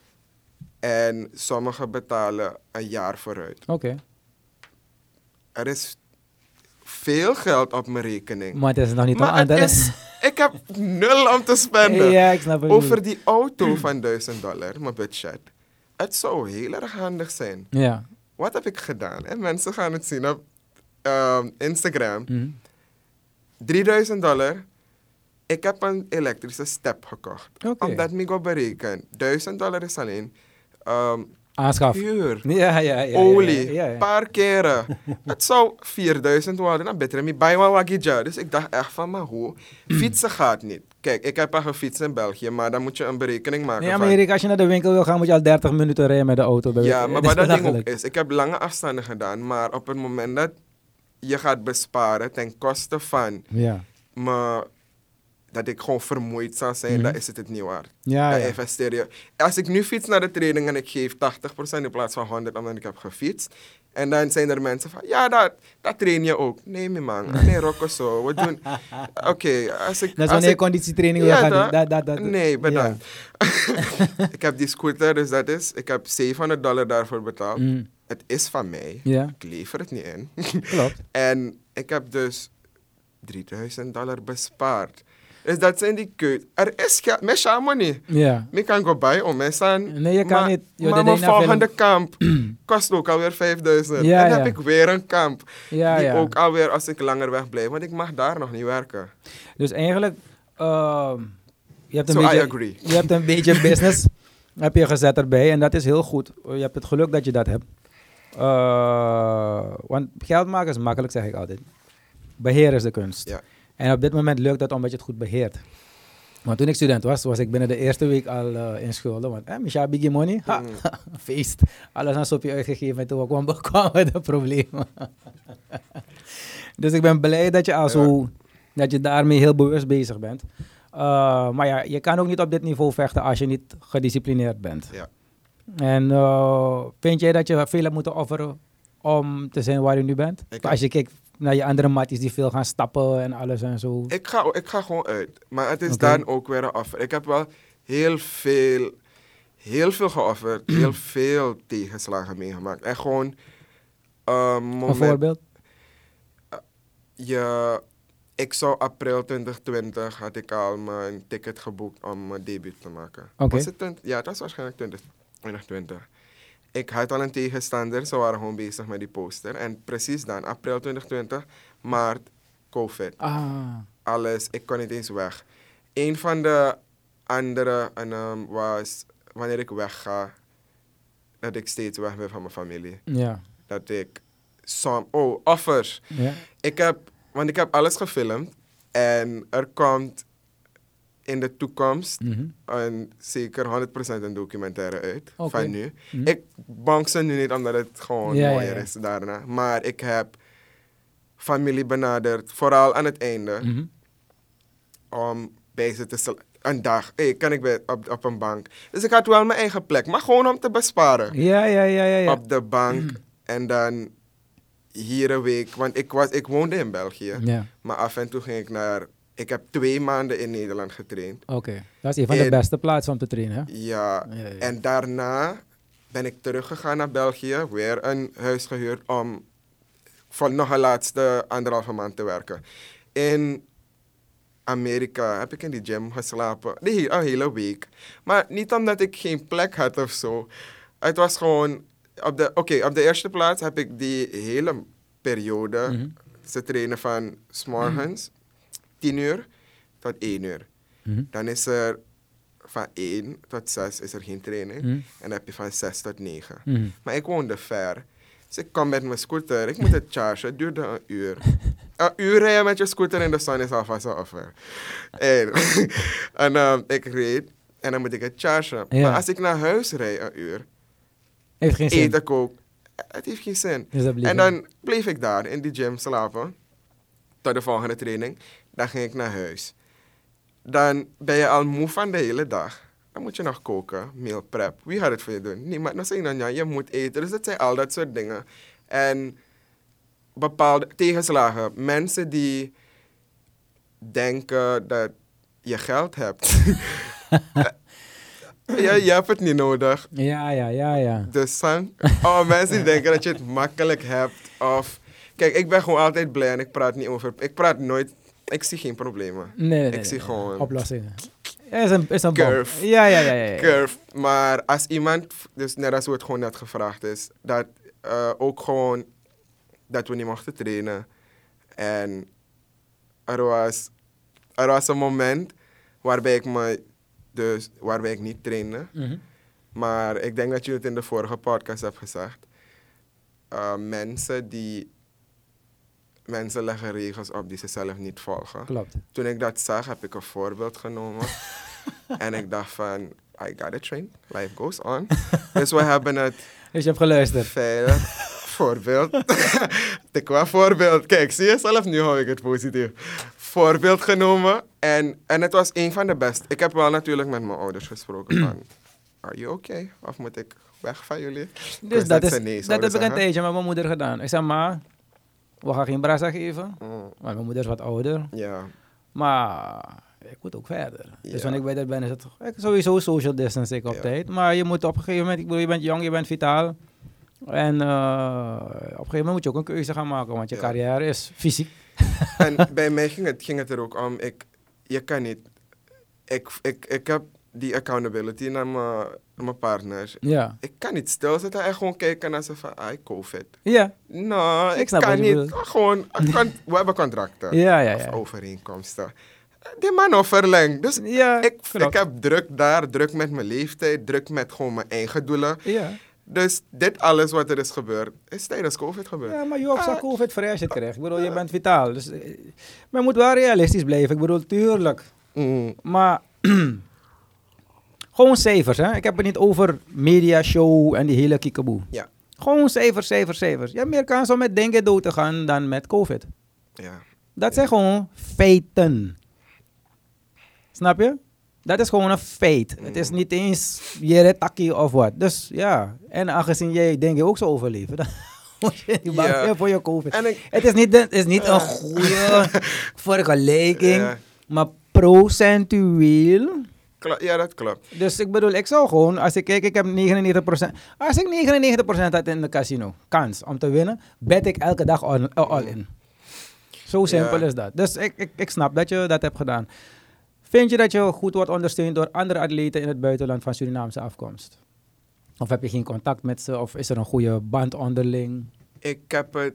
En sommigen betalen een jaar vooruit. Oké. Er is veel geld op mijn rekening. Maar het is nog niet Maar het is, ik heb 0 om te spenden. Ja, ik snap het. Over die auto van $1000, mijn budget. Het zou heel erg handig zijn. Ja. Wat heb ik gedaan? En mensen gaan het zien op Instagram. Mhm. $3000. Ik heb een elektrische step gekocht. Oké. Omdat ik op bereken. $1000 is alleen Aanschaf. huur, Ja. olie, Ja. parkeren. Het zou $4000 worden. Dan beter ik bij Wawagija. Dus ik dacht echt van, maar hoe? Fietsen gaat niet. Kijk, ik heb al gefietst in België, maar dan moet je een berekening maken Ja, van... maar Erik, als je naar de winkel wil gaan, moet je al 30 minuten rijden met de auto. Ja, maar Dat is wat dat ding ook belachelijk. is, ik heb lange afstanden gedaan, maar op het moment dat je gaat besparen ten koste van Ja. dat ik gewoon vermoeid zal zijn, dan is het niet waard. Ja, Dan ja. investeer je. Als ik nu fiets naar de training en ik geef 80% in plaats van 100 omdat ik heb gefietst, en dan zijn er mensen van, ja, dat train je ook. Nee, mijn man. Nee, Rocco zo. We doen... Oké, als ik... Dat is als wanneer je ik- conditietraining wil gaan toch? doen. Dat. Nee, bedankt. Ik heb die scooter, dus dat is... Ik heb $700 daarvoor betaald. Mm. Het is van mij. Ja, Ik lever het niet in. klopt. En ik heb dus $3000 bespaard. Dus dat zijn die keuzes. Er is geld. Met money. Ja. Ik kan go bij om mensen aan. Nee, je kan niet. Yo, Maar dat mijn deed na volgende kamp kost ook alweer $5000. Ja, en dan ja. heb ik weer een kamp. Ja, die ja. ook alweer als ik langer weg blijf. Want ik mag daar nog niet werken. Dus eigenlijk, je hebt So een I beetje, agree. je hebt een beetje business, heb je gezet erbij en dat is heel goed. Je hebt het geluk dat je dat hebt. Want geld maken is makkelijk, zeg ik altijd. Beheren is de kunst. Ja. En op dit moment lukt dat omdat je het goed beheert. Want toen ik student was ik binnen de eerste week al in schulden. Want Micha, biggie money, ha, feest. Alles aan sopje uitgegeven en toen kwamen de problemen. Dus ik ben blij dat je al zo, dat je daarmee heel bewust bezig bent. Maar ja, je kan ook niet op dit niveau vechten als je niet gedisciplineerd bent. Ja. En vind jij dat je veel hebt moeten offeren om te zijn waar je nu bent? Als je kijkt naar je andere matties die veel gaan stappen en alles en zo. Ik ga gewoon uit. Maar het is Oké. dan ook weer een offer. Ik heb wel heel veel geofferd. Heel veel tegenslagen meegemaakt. En gewoon... Een moment, voorbeeld? ik zou april 2020 had ik al mijn ticket geboekt om mijn debuut te maken. Oké. Was het het was waarschijnlijk 2020. Ik had al een tegenstander, ze waren gewoon bezig met die poster. En precies dan, april 2020, maart, COVID. Alles, ik kon niet eens weg. Een van de andere was, wanneer ik wegga, dat ik steeds weg ben van mijn familie. Ja. Dat ik offers. Ja. Want ik heb alles gefilmd en er komt in de toekomst een zeker 100% een documentaire uit van nu. Ik bank ze nu niet omdat het gewoon mooier is daarna. Maar ik heb familie benaderd, vooral aan het einde, om bij ze te een dag, kan ik op een bank. Dus ik had wel mijn eigen plek, maar gewoon om te besparen. Ja. Op de bank en dan hier een week, want ik woonde in België. Ja. Maar af en toe ging ik naar... Ik heb 2 maanden in Nederland getraind. Oké. Dat is een van de beste plaatsen om te trainen, hè? Ja. En daarna ben ik teruggegaan naar België. Weer een huis gehuurd om voor nog een laatste 1,5 maand te werken. In Amerika heb ik in die gym geslapen. Een hele week. Maar niet omdat ik geen plek had of zo. Het was gewoon... Op de eerste plaats heb ik die hele periode... Ze trainen van 's morgens 10 uur tot 1 uur. Dan is er van 1 tot 6 is er geen training. En dan heb je van 6 tot 9. Maar ik woonde ver. Dus ik kom met mijn scooter. Ik moet het chargen. Het duurde een uur. Een uur rijden met je scooter in de zon is alvast een offer. En ik reed. En dan moet ik het chargen. Ja. Maar als ik naar huis rijd een uur... Heeft geen zin. Eet ik ook. Het heeft geen zin. Dus dat bleef En dan bleef ik daar in die gym slapen. Tot de volgende training. Dan ging ik naar huis. Dan ben je al moe van de hele dag. dan moet je nog koken, meal prep. Wie gaat het voor je doen? Niemand. Dan zeg je dan, ja, je moet eten. Dus dat zijn al dat soort dingen. En bepaalde tegenslagen. Mensen die denken dat je geld hebt. Ja, je hebt het niet nodig. Ja. Dus mensen die denken dat je het makkelijk hebt. Of, kijk, ik ben gewoon altijd blij en ik praat nooit, ik zie geen problemen. Nee. Ik zie gewoon oplossingen. Ja, is een curve. bom. Ja. Curve. Maar als iemand, dus net als hoe het gewoon net gevraagd is, dat ook gewoon, dat we niet mochten trainen. En er was een moment waarbij ik niet trainde. Mhm. Maar ik denk dat je het in de vorige podcast hebt gezegd. Mensen leggen regels op die ze zelf niet volgen. Klopt. Toen ik dat zag, heb ik een voorbeeld genomen. En ik dacht van, I gotta train. Life goes on. Dus we hebben het Dus je hebt geluisterd. veilig. Voorbeeld. Qua voorbeeld. Kijk, zie je zelf, nu hou ik het positief. Voorbeeld genomen. En het was een van de beste. Ik heb wel natuurlijk met mijn ouders gesproken van, are you okay? Of moet ik weg van jullie? Dus dat heb ik zeggen. een tijdje met mijn moeder gedaan. Ik zeg, maar, we gaan geen brasa geven. Want mijn moeder is wat ouder. Ja. Maar ik moet ook verder. Ja. Dus wanneer ik bij dat ben, is het sowieso social distance op tijd. Maar je moet op een gegeven moment, ik bedoel, je bent jong, je bent vitaal. En op een gegeven moment moet je ook een keuze gaan maken, want je carrière is fysiek. En bij mij ging het er ook om, je kan niet, ik heb die accountability naar mijn partners. Ja. Ik kan niet stilzitten en gewoon kijken naar ze van, COVID. Ja. Nou, ik snap kan wat je niet. bedoelt. Gewoon, we hebben contracten. Ja. Of overeenkomsten. Die man nog verlengd. Dus Ja, ik klopt. heb druk daar, druk met mijn leeftijd, druk met gewoon mijn eigen doelen. Ja. Dus dit alles wat er is gebeurd, is tijdens COVID gebeurd. Ja, maar je hoeft zo'n COVID-vrij als je het krijgt. Ik bedoel, je bent vitaal. Dus, maar je moet wel realistisch blijven. Ik bedoel, tuurlijk. Maar gewoon cijfers, hè. Ik heb het niet over media, show en die hele kiekeboe. Ja. Gewoon cijfers. Je hebt meer kans om met dengue dood te gaan dan met COVID. Ja. Dat zijn gewoon feiten. Snap je? Dat is gewoon een feit. Het is niet eens jeretaki of wat. Dus ja, en aangezien jij denk je ook zou overleven, dan moet je niet bang zijn voor je COVID. Het is niet een goede vergelijking, maar procentueel. Ja, dat klopt. Dus ik bedoel, ik zou gewoon, als ik kijk, ik heb 99%. Als ik 99% had in de casino, kans om te winnen, bet ik elke dag all in. Zo simpel is dat. Dus ik snap dat je dat hebt gedaan. Vind je dat je goed wordt ondersteund door andere atleten in het buitenland van Surinaamse afkomst? Of heb je geen contact met ze? Of is er een goede band onderling? Ik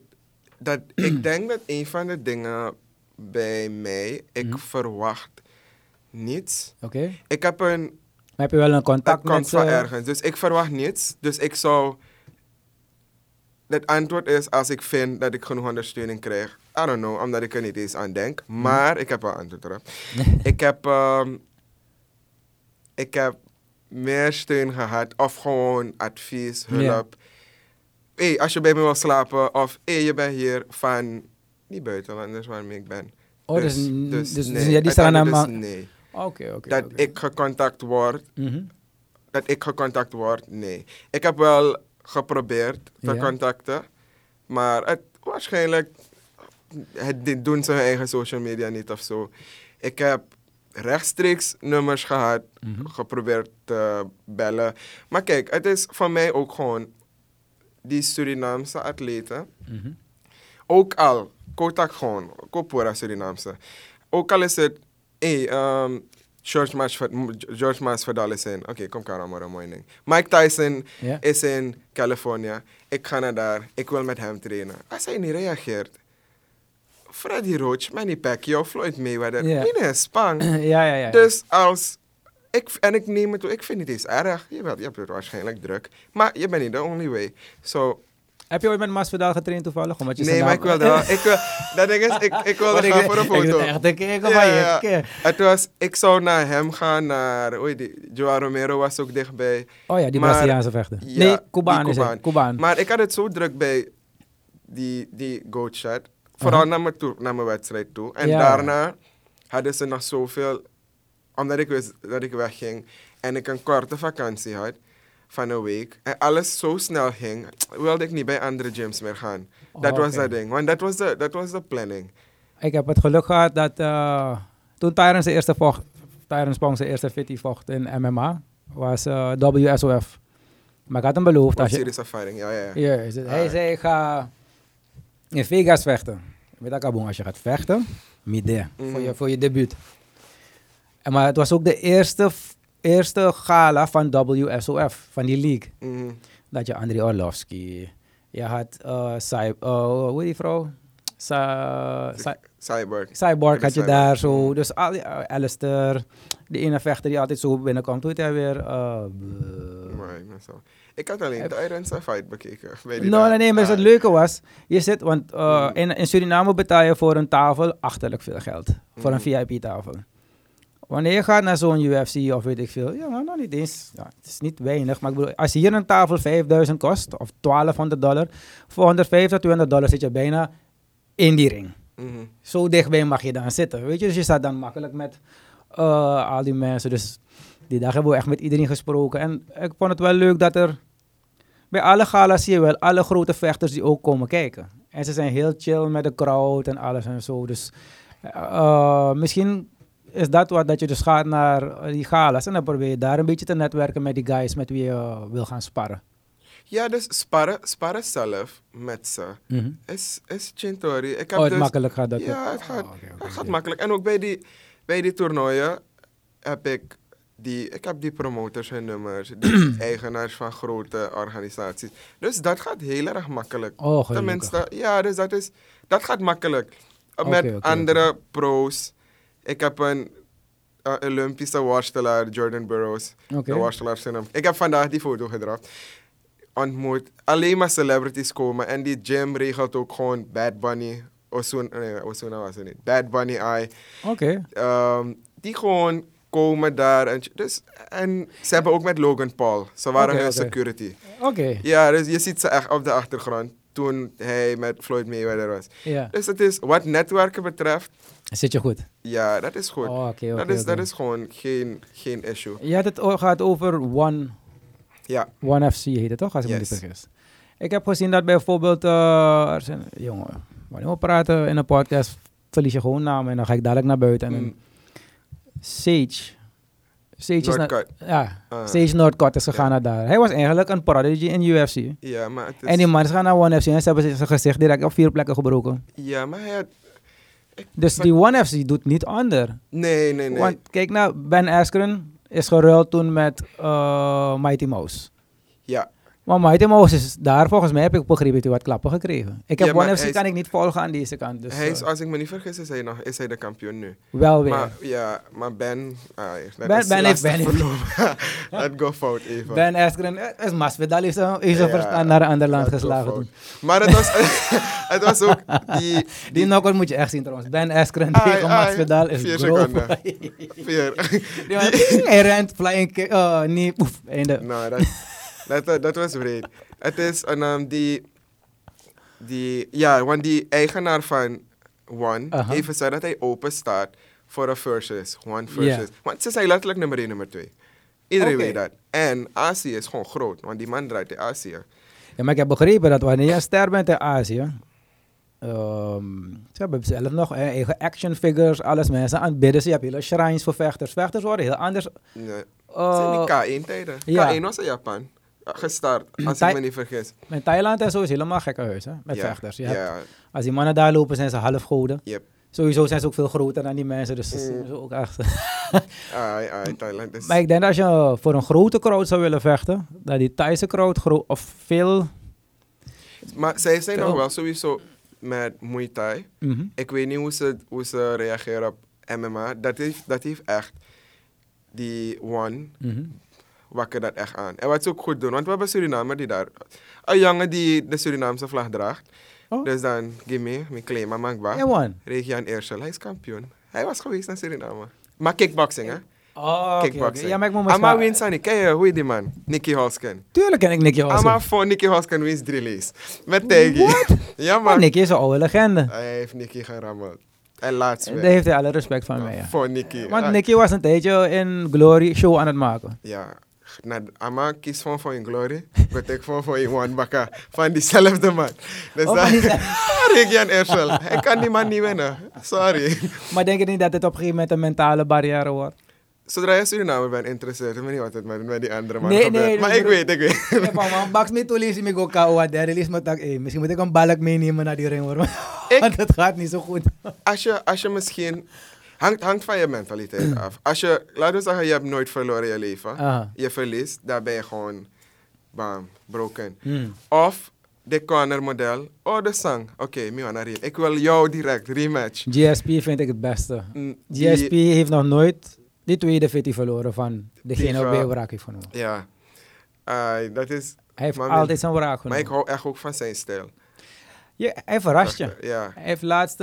denk dat een van de dingen bij mij, ik verwacht niets. Oké. Ik heb Maar heb je wel een contact met ze? van ergens. Dus ik verwacht niets. Dus ik zou... Het antwoord is als ik vind dat ik genoeg ondersteuning krijg. I don't know, omdat ik er niet eens aan denk. Maar ik heb wel antwoord erop. Ik heb meer steun gehad. Of gewoon advies, hulp. Hey, als je bij me wil slapen. Of je bent hier van die buitenlanders waarmee ik ben. Oh, dus nee. die staan aan... Nee. Oké. Dat ik gecontact word. Nee. Ik heb wel geprobeerd te contacten. Maar het waarschijnlijk... Het doen ze hun eigen social media niet of zo. Ik heb rechtstreeks nummers gehad, geprobeerd te bellen. Maar kijk, het is voor mij ook gewoon die Surinaamse atleten. Ook al, contact gewoon, Kopora Surinaamse. Ook al is het, George Masvidal is in, kom maar een mooi ding. Mike Tyson is in Californië. Ik ga naar daar, ik wil met hem trainen. Als hij niet reageert, Freddie Roach, Manny Pacquiao, Floyd Mayweather, niet eens spang. Ja. Dus ik neem het toe, ik vind het niet eens erg. Je hebt het waarschijnlijk druk, maar je bent niet the only way. So, heb je ooit met Masvidal getraind toevallig? Nee, maar ik wilde wel. Dat ding is, ik wilde gaan voor een foto. Ik wil echt een keer van je. Het was, ik zou naar hem gaan, Joao Romero was ook dichtbij. Oh ja, die Braziliaanse vechter. Ja, nee, Cubaan is het. Cubaan. Maar ik had het zo druk bij die Goat Chat. Vooral naar mijn wedstrijd toe. En daarna hadden ze nog zoveel omdat ik wist dat ik wegging en ik een korte vakantie had van een week en alles zo snel ging, wilde ik niet bij andere gyms meer gaan. Dat was dat ding, want dat was de planning. Ik heb het geluk gehad dat toen Tyrone Spong zijn eerste fitty vocht in MMA, was WSOF. Maar ik had hem beloofd. Series of fighting, ja. Hij zei, ik ga in Vegas vechten. Weet ik al, als je gaat vechten, midden, voor je debuut. Maar het was ook de eerste gala van WSOF, van die league. Dat je Andrei Orlovsky, je had, hoe heet die vrouw? Cyborg had je daar zo. Dus Alistair, de ene vechter die altijd zo binnenkwam. Toen had hij weer... Ik had alleen Tyron's fight bekeken. Nee, maar het leuke was, je zit, want in Suriname betaal je voor een tafel achterlijk veel geld. Voor een VIP-tafel. Wanneer je gaat naar zo'n UFC of weet ik veel, ja, nou niet eens. Ja, het is niet weinig, maar ik bedoel, als hier een tafel $5,000 kost, of $1,200, voor $150, $200 zit je bijna in die ring. Zo dichtbij mag je dan zitten, weet je. Dus je staat dan makkelijk met al die mensen. Dus die dag hebben we echt met iedereen gesproken. En ik vond het wel leuk dat er... Bij alle galas zie je wel alle grote vechters die ook komen kijken. En ze zijn heel chill met de crowd en alles en zo. Dus misschien is dat wat, dat je dus gaat naar die galas. En dan probeer je daar een beetje te netwerken met die guys met wie je wil gaan sparren. Ja, dus sparren zelf met ze is Chintori. Het makkelijk gaat dat? Ja, het gaat makkelijk. En ook bij die toernooien heb ik die promoters hun nummers, die eigenaars van grote organisaties. Dus dat gaat heel erg makkelijk. Tenminste, ja, dus dat gaat makkelijk. Met andere pro's. Ik heb een Olympische worstelaar, Jordan Burroughs. De worstelaar. Ik heb vandaag die foto gedropt. Ontmoet. Alleen maar celebrities komen. En die gym regelt ook gewoon Bad Bunny. Ozuna was het niet. Bad Bunny Eye. Die gewoon komen daar. En ze hebben ook met Logan Paul. Ze waren hun security. Ja, dus je ziet ze echt op de achtergrond. Toen hij met Floyd Mayweather was. Dus het is, wat netwerken betreft... Zit je goed? Ja, dat is goed. Dat is gewoon geen issue. Je had het gaat over One FC heet het toch, als ik me niet vergis. Ik heb gezien dat bijvoorbeeld... jongen, wanneer we praten in een podcast, verlies je gewoon namen en dan ga ik dadelijk naar buiten. En Sage Sage Northcutt is gegaan naar daar. Hij was eigenlijk een prodigy in UFC. Ja, maar het is... En die man is gaan naar ONE FC en ze hebben zijn gezicht direct op 4 plekken gebroken. Ja, maar hij had... Dus die ONE FC doet niet onder. Nee. Want kijk nou, Ben Askren is geruild toen met Mighty Mouse. Ja. Maar Mighty Mouse is daar, volgens mij heb ik begrepen dat hij wat klappen gekregen. Ik heb ONE FC kan ik niet volgen aan deze kant. Dus, hij is, als ik me niet vergis, is hij de kampioen nu. Wel weer. Maar Ben... Ben heeft Let go fout even. Ben Askren is Masvidal is naar een ander land geslagen toen. Maar het was ook die... Die knock-out moet je echt zien trouwens. Ben Askren tegen Masvidal is 4 seconden. 4. Hij rent, flying kick, nee, poef, einde. Nou, dat was vreed. Het is want die eigenaar van One heeft gezegd dat hij open staat voor een versus. One versus. Want ze zijn letterlijk nummer 1, nummer 2. Iedereen weet dat. En Azië is gewoon groot, want die man draait in Azië. Ja, maar ik heb begrepen dat wanneer je een ster bent in Azië, ze hebben zelf nog eigen action figures, alles mensen aanbidden. Je hebt hele shrines voor vechters. Vechters worden heel anders. Nee. Het zijn die K1-tijden. K1 was in Japan. Gestart, als ik me niet vergis. In Thailand en zo is helemaal gekke huis, hè, met vechters. Als die mannen daar lopen, zijn ze half goden. Yep. Sowieso zijn ze ook veel groter dan die mensen, dus dat is ook echt... Thailand is... Maar ik denk dat als je voor een grote crowd zou willen vechten, dat die Thaise crowd of veel... Maar zij zijn nog wel sowieso met Muay Thai. Ik weet niet hoe ze reageren op MMA. Dat heeft echt die One... wakker dat echt aan. En wat ze ook goed doen, want we hebben Surinamer die daar... Een jongen die de Surinaamse vlag draagt. Dus dan, gimme, mijn claim, Mankba. Regian Eersel, hij is kampioen. Hij was geweest naar Suriname. Maar kickboxing, hè? Kickboxing. Ja, maar ik moet me Ama Winsani, ken je, hoe is die man? Nicky Holsken. Tuurlijk ken ik Nicky Holsken. Ama voor Nicky Holsken wist 3 lees. Met Taggy. Ja, man. Nicky is een oude legende. Hij heeft Nicky gerammeld. En laatst Daar weer. heeft hij alle respect van mij, ja. Voor Nicky. Want Nicky was een tijdje in Glory show aan het maken. Ja. Ama kies voor in Glory. Ik ik voor in One Baka. Van diezelfde man. Dus Oh, van diezelfde. Rick-Jan Erschel. Ik kan die man niet winnen. Sorry. Maar denk je niet dat het op een gegeven moment een mentale barrière wordt? Zodra je Suriname bent interesseert, ik weet niet wat het met die andere man Nee, gebeurt. nee, maar nee, ik weet. Ja, man, baks me toelies me go kauwa. Daar release me tak. Misschien moet ik een balk meenemen naar die ring hoor. Want het gaat niet zo goed. Als je misschien... Hangt van je mentaliteit af. Laten we zeggen, je hebt nooit verloren in je leven. Aha. Je verliest, dan ben je gewoon... Bam, broken. Hmm. Of de corner model. Oh, de song. Oké, ik wil jou direct, rematch. GSP vind ik het beste. Die- GSP heeft nog nooit die tweede fitty verloren van degene Die waarbij van- hij wraak heeft genomen. Ja. Dat is... Hij heeft maar altijd zijn wraak Maar ik genomen. hou echt ook van zijn stijl. Ja, hij verrast je. Ja. Hij heeft laatst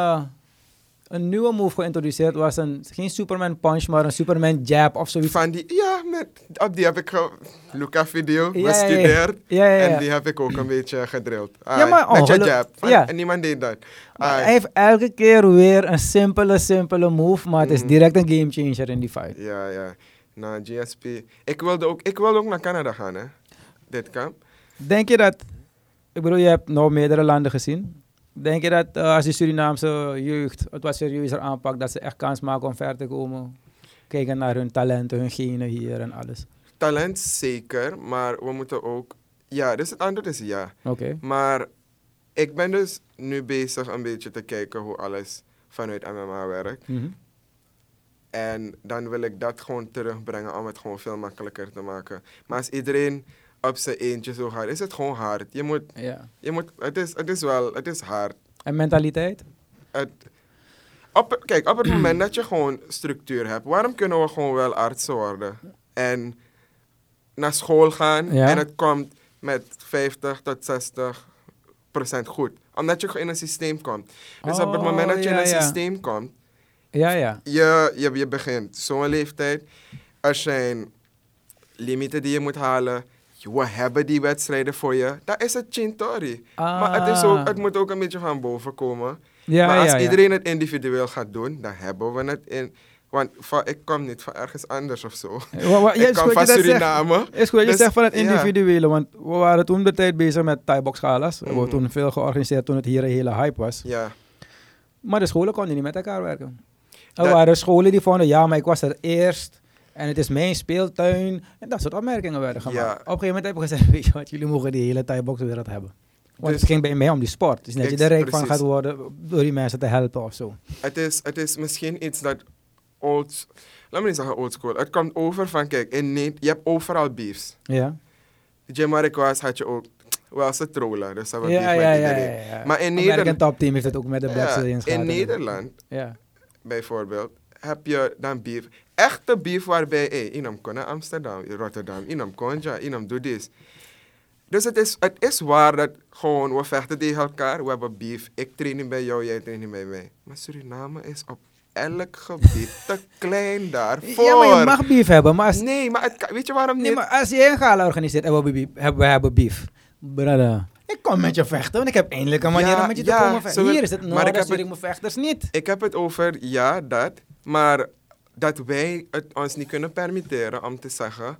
een nieuwe move geïntroduceerd. Was geen Superman punch, maar een Superman jab of zoiets. Van die... Ja, op die heb ik... Luca video, Ja, bestudeerd. ja. En die heb ik ook een beetje gedrild. Ja, maar met je ongeluk- jab. ja. En niemand deed dat. Maar hij heeft elke keer weer een simpele move, maar het is direct een game changer in die fight. Ja. Nou, GSP. Ik wilde ook naar Canada gaan, hè. Dit kan. Denk je dat, ik bedoel, je hebt nog meerdere landen gezien. Denk je dat als die Surinaamse jeugd het wat serieuzer aanpakt, dat ze echt kans maken om ver te komen? Kijken naar hun talenten, hun genen hier en alles. Talent zeker, maar we moeten ook... Ja, dus het antwoord is ja. Oké. Maar ik ben dus nu bezig een beetje te kijken hoe alles vanuit MMA werkt. Mhm. En dan wil ik dat gewoon terugbrengen om het gewoon veel makkelijker te maken. Maar als iedereen op zijn eentje zo gaat, is het gewoon hard. Ja. Het is hard. En mentaliteit? Kijk, op het moment dat je gewoon structuur hebt, waarom kunnen we gewoon wel artsen worden? En naar school gaan Ja. en het komt met 50 tot 60% goed. Omdat je in een systeem komt. Dus op het moment dat je in een systeem komt, Ja. je begint zo'n leeftijd. Er zijn limieten die je moet halen. We hebben die wedstrijden voor je. Dat is het Chintori. Maar het moet ook een beetje van boven komen. Maar als iedereen het individueel gaat doen, dan hebben we het in... Want ik kom niet van ergens anders of zo. Ik kom van Suriname. Is goed dat je Dus, zegt van het ja. individuele, want we waren toen de tijd bezig met Thai-box galas. We hebben toen veel georganiseerd toen het hier een hele hype was. Ja. Maar de scholen konden niet met elkaar werken. Er waren scholen die vonden, ja, maar ik was er eerst en het is mijn speeltuin. En dat soort opmerkingen werden gemaakt. Ja. Op een gegeven moment heb ik gezegd, weet je wat, jullie mogen die hele Thai-boxwereld hebben. Want Dus- het ging bij mij om die sport. Dus dat je er rijk van Precies. gaat worden door die mensen te helpen of zo. Het is misschien iets dat laat me niet zeggen old school. Het komt over van, kijk, je hebt overal beefs. Ja. Jim Marikwas had je ook wel ze trollen, dus dat was beef Ja. met iedereen. Maar in American Nederland, Top Team heeft het ook met de Black Stallions in gehad. Nederland Ja. bijvoorbeeld, heb je dan beef. Echte beef waarbij, iemand kon naar Amsterdam, Rotterdam, iemand kon ja, iemand doet dit. Dus het is waar dat gewoon, we vechten tegen elkaar, we hebben beef. Ik train niet bij jou, jij traint niet bij mij. Maar Suriname is op elk gebied te klein daarvoor. Ja, maar je mag beef hebben. Maar als, Nee, maar weet je waarom niet? nee, maar als je een gala organiseert en we hebben beef. Brother, ik kom met je vechten, want ik heb eindelijk een manier Ja, om met je te ja, komen vechten. zo Hier is het, maar nou, ik dan heb stuur ik het- mijn vechters niet. Ik heb het over, ja, dat. Maar dat wij het ons niet kunnen permitteren om te zeggen...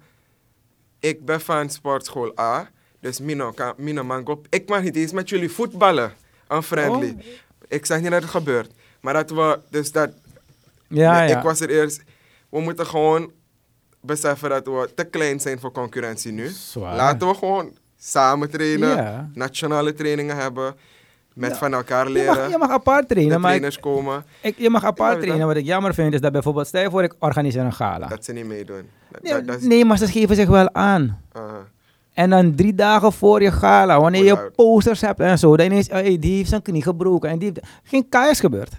Ik ben van sportschool A, dus Mina Mango... Ik mag niet eens met jullie voetballen, unfriendly. Oh. Ik zeg niet dat het gebeurt. Maar dat we... Dus dat... Ja, ik ja. was er eerst... We moeten gewoon beseffen dat we te klein zijn voor concurrentie nu. Zwaar. Laten we gewoon samen trainen, Ja. nationale trainingen hebben... Met Ja. van elkaar Je leren, mag apart de trainen, maar trainers komen... je mag apart Ja, trainen. Wat ik jammer vind is dat bijvoorbeeld, stel je voor ik organiseer een gala. Dat ze niet meedoen. Nee, maar ze geven zich wel aan. Aha. En dan 3 dagen voor je gala, wanneer je Pull-out. posters hebt en zo, dan ineens, die heeft zijn knie gebroken. En geen kaas gebeurd.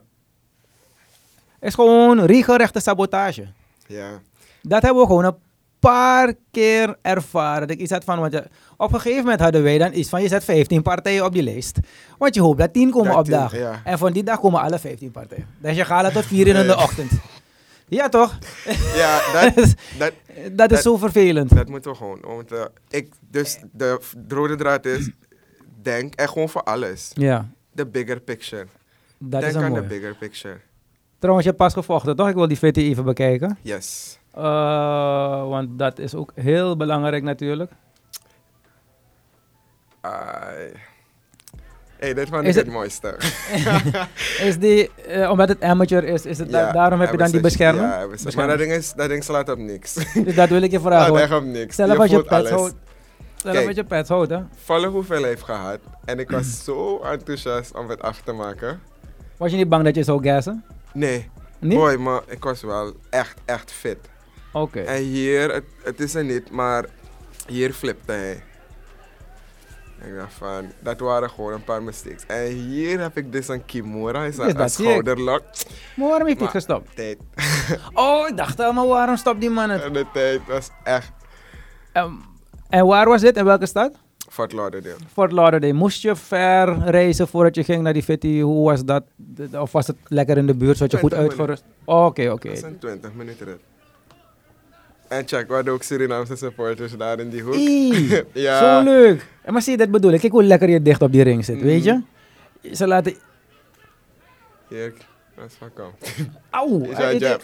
Het is gewoon regelrechte sabotage. Ja. Dat hebben we gewoon een paar keer ervaren. Dat ik iets had van, want op een gegeven moment hadden wij dan iets van, je zet 15 partijen op die lijst. Want je hoopt dat 10 komen Dat 10, opdagen. ja. En van die dag komen alle 15 partijen. Dus je gala tot 4 uur in de ochtend. Ja, toch? Ja, Dat is zo vervelend. dat moeten we gewoon. Dus de rode draad is, denk echt gewoon voor alles. Ja. The bigger picture. Dat is Denk een aan de mooie. bigger picture. Trouwens, je hebt pas gevochten, toch? Ik wil die VT even bekijken. Yes. Want dat is ook heel belangrijk natuurlijk. Hey, dit vond Is ik het het- mooiste. Is die, omdat het amateur is het daarom heb je dan die bescherming? Ja, maar dat ding slaat op niks. Dus dat wil ik je vragen. Slaat want echt op niks. Zelf als je voelt pets alles. houdt. Zelf Kijk. als je pets houdt, hè? Volle hoeveel heeft gehad. En ik was zo enthousiast om het af te maken. Was je niet bang dat je zou gassen? Nee, Niet? boy, maar ik was wel echt fit. Oké. En hier, het is er niet, maar hier flipte hij. Ik dacht van, dat waren gewoon een paar mistakes. En hier heb ik dus een kimura, is Dus een dat zie ik. schouderlock. Maar waarom heeft hij Maar- gestopt? Tijd. Oh, ik dacht al, maar waarom stopt die man het? En de tijd was echt En waar was dit? In welke stad? Fort Lauderdale. Fort Lauderdale. Moest je ver reizen voordat je ging naar die fitty? Hoe was dat? Of was het lekker in de buurt, zodat je goed 20 uitgerust? Oké. Dat zijn 20 minuten rit. En check, we hadden ook Surinaamse supporters daar in die hoek. Ie, Ja. zo leuk. En maar zie je, dat bedoel ik. Kijk hoe lekker je dicht op die ring zit, Mhm. weet je? Ze laten... Hier, dat is van kom. Auw. Is jouw jab.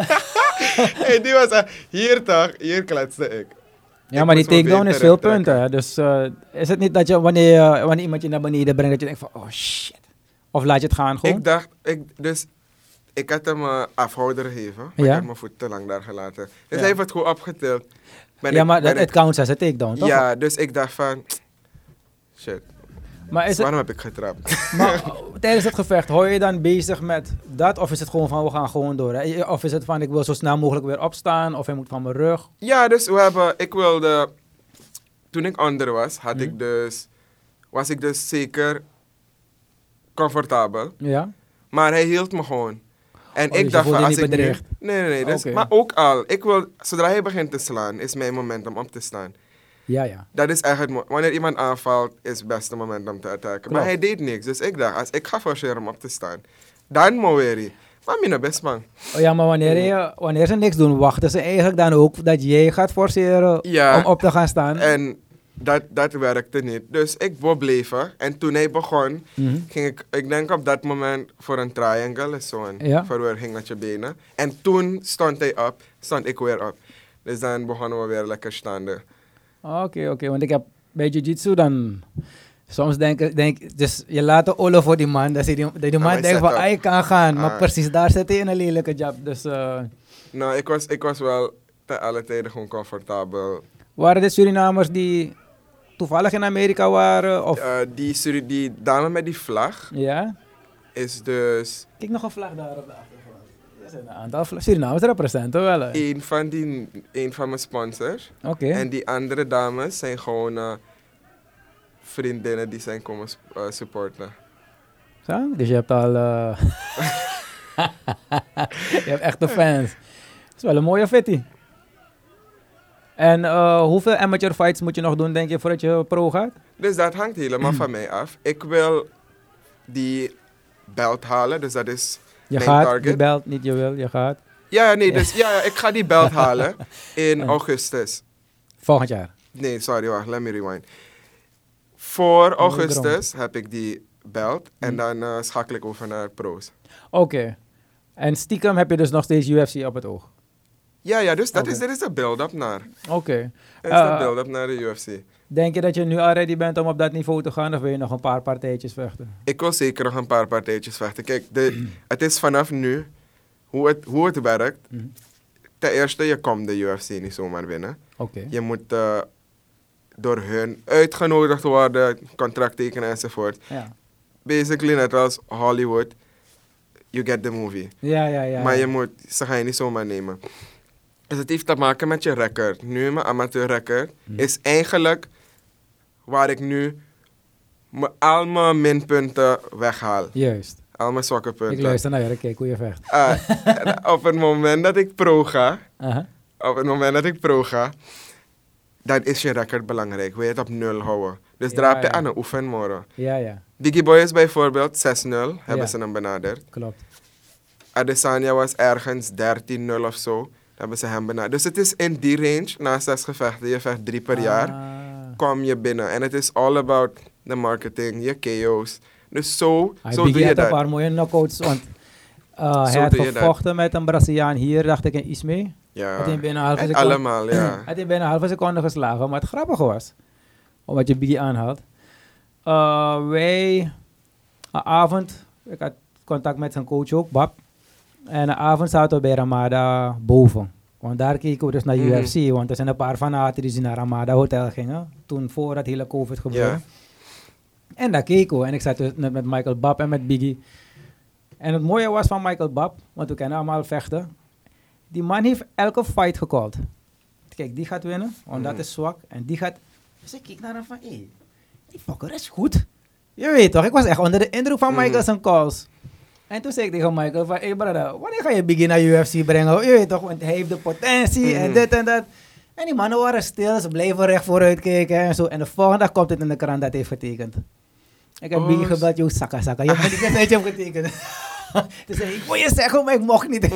Hey, die was hier toch, hier kletste ik. Ja, maar die moest mijn takedown been is veel teruggtrekken. punten. Hè. Dus is het niet dat je, wanneer iemand je naar beneden brengt, dat je denkt van, oh shit. Of laat je het gaan gewoon? Ik dacht, ik had hem afhouder gegeven, maar Ja. ik had mijn voet te lang daar gelaten. Dus Ja. hij heeft het goed opgetild. Ja, maar het counts als een takedown, toch? Ja, dus ik dacht van, shit, Maar, is het, waarom heb ik getrapt? maar tijdens het gevecht, hou je dan bezig met dat? Of is het gewoon van, we gaan gewoon door? Hè? Of is het van, ik wil zo snel mogelijk weer opstaan? Of hij moet van mijn rug? Ja, dus ik wilde, toen ik onder was, was ik dus zeker comfortabel. Ja? Maar hij hield me gewoon. En dus ik je dacht voelde van, je als niet ik nu... bedreigd? Nee. Dus, Oké. maar ook al, zodra hij begint te slaan, is mijn moment om op te staan. Ja. Dat is echt wanneer iemand aanvalt, is het beste moment om te attacken. Maar hij deed niks, dus ik dacht, als ik ga forceren om op te staan, dan moet hij. Maar mijn best man. Oh ja, maar wanneer ze niks doen, wachten ze eigenlijk dan ook dat jij gaat forceren Ja. om op te gaan staan? En dat werkte niet. Dus ik wou blijven. En toen hij begon, Mhm. ging ik denk op dat moment voor een triangle, is zo'n Ja. verwerking met je benen. En toen stond hij op, stond ik weer op. Dus dan begonnen we weer lekker staande. Oké, want ik heb bij jiu-jitsu dan... Soms denk dus je laat de olle voor die man, dat die hij man denkt zet van, op. hij kan gaan. Maar Ah. precies, daar zit hij in een lelijke jab. Dus Nou, ik was wel te alle tijden gewoon comfortabel. waren dit Surinamers die toevallig in Amerika waren? Of, Die dame met die vlag ja? is dus Kijk, nog een vlag daar op de achtergrond. Er zijn een aantal Surinamers representen wel. Hè? een van mijn sponsors. Oké. En die andere dames zijn gewoon vriendinnen die zijn komen supporten. Zo? Dus je hebt al... je hebt echte fans. Dat is wel een mooie fitty. En hoeveel amateur fights moet je nog doen, denk je, voordat je pro gaat? Dus dat hangt helemaal van mij af. Ik wil die belt halen, dus dat is Je mijn gaat, target. je belt, niet je wil, je gaat. Dus ik ga die belt halen in augustus. Volgend jaar. Nee, sorry, wacht, let me rewind. Voor Oh, augustus heb ik die belt en dan schakel ik over naar pro's. Oké. En stiekem heb je dus nog steeds UFC op het oog? Ja, dus Oké. dit is de build-up naar. Oké. Dit is de build-up naar de UFC. Denk je dat je nu al ready bent om op dat niveau te gaan of wil je nog een paar partijtjes vechten? Ik wil zeker nog een paar partijtjes vechten. Kijk, het is vanaf nu hoe het werkt. Mhm. Ten eerste, je komt de UFC niet zomaar binnen. Oké. Je moet door hun uitgenodigd worden, contract tekenen enzovoort. Ja. Basically net als Hollywood, you get the movie. Ja. Maar ze gaan je niet zomaar nemen. Dus het heeft te maken met je record. Nu, mijn amateurrecord is eigenlijk waar ik nu al mijn minpunten weghaal. Juist. Al mijn zwakke Ik punten. luister naar je, kijk hoe je vecht. Op het moment dat ik pro ga, Aha. dan is je record belangrijk. Wil je het op 0 houden. Dus Ja, daar heb je ja. aan een oefenmorgen. Ja, Biggie Boy is bijvoorbeeld 6-0, hebben Ja. ze hem benaderd. klopt. Adesanya was ergens 13-0 of zo, hebben ze hem benaderd. Dus het is in die range, na 6 gevechten, je vecht 3 per jaar, Ah. kom je binnen. En het is all about de marketing, je KO's, Dus zo doe Biggie je had een dat. paar mooie knockouts, want hij had doe je dat. gevochten met een Braziliaan hier, dacht ik, in Ismee. Ja. Had hij binnen een halve En seconde, allemaal, ja. had hij bijna een halve seconde geslagen. Maar het grappige was, omdat je Biggie aanhaalt. Wij, een avond, ik had contact met zijn coach ook, Bab. En een avond zaten we bij Ramada boven. Want daar keken we dus naar UFC. Want er zijn een paar fanaten die naar Ramada Hotel gingen. Toen voor dat hele COVID gebeurde. Ja. En daar keken we. En ik zat dus met Michael Bab en met Biggie. En het mooie was van Michael Bab, want we kennen allemaal vechten. Die man heeft elke fight gecallt. Kijk, die gaat winnen, want dat is zwak. En die gaat... Dus ik keek naar hem van, hé, die fucker is goed. Je weet toch, ik was echt onder de indruk van Michael zijn calls. En toen zei ik tegen Michael van, hé brother, wanneer ga je Biggie naar UFC brengen? Je weet toch, want hij heeft de potentie en dit en dat. En die mannen waren stil, ze bleven recht vooruit kijken en zo. En de volgende dag komt het in de krant dat hij heeft getekend. Ik heb Biggie gebeld, joh, sakka. Je hebt niet eens getekend. Toen zei ik wil je zeggen, maar ik mocht niet.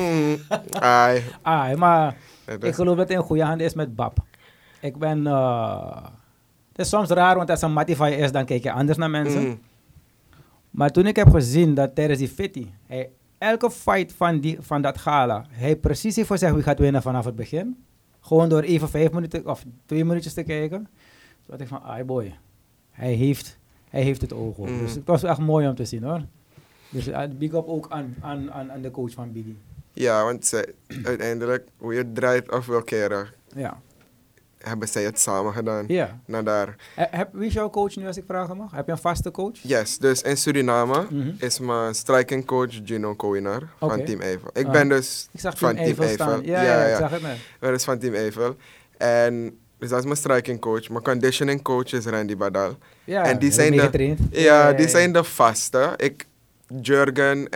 Maar ik geloof dat hij in goede handen is met Bab. Ik ben... het is soms raar, want als een mattie van je is, dan kijk je anders naar mensen. Maar toen ik heb gezien dat tijdens die fitty, elke fight van dat gala, hij precies heeft gezegd wie gaat winnen vanaf het begin. Gewoon door even 5 minuten of 2 minuutjes te kijken. Toen dacht ik van, boy, hij heeft het oog op. Dus het was echt mooi om te zien hoor. Dus big up ook aan de coach van Biggie. Ja, want uiteindelijk, hoe je het draait of wil keren, hebben zij het samen gedaan. Ja. Naar daar. Wie is jouw coach nu als ik vragen mag? Heb je een vaste coach? Yes, dus in Suriname is mijn striking coach Gino Koinar van Team Eiffel. Ik ben dus van Team Eiffel. Ja, ik zag het net. Ik ben dus van Team Eiffel. En dus dat is mijn striking coach. Mijn conditioning coach is Randy Badal. Ja, en die zijn die zijn de vaste. Jurgen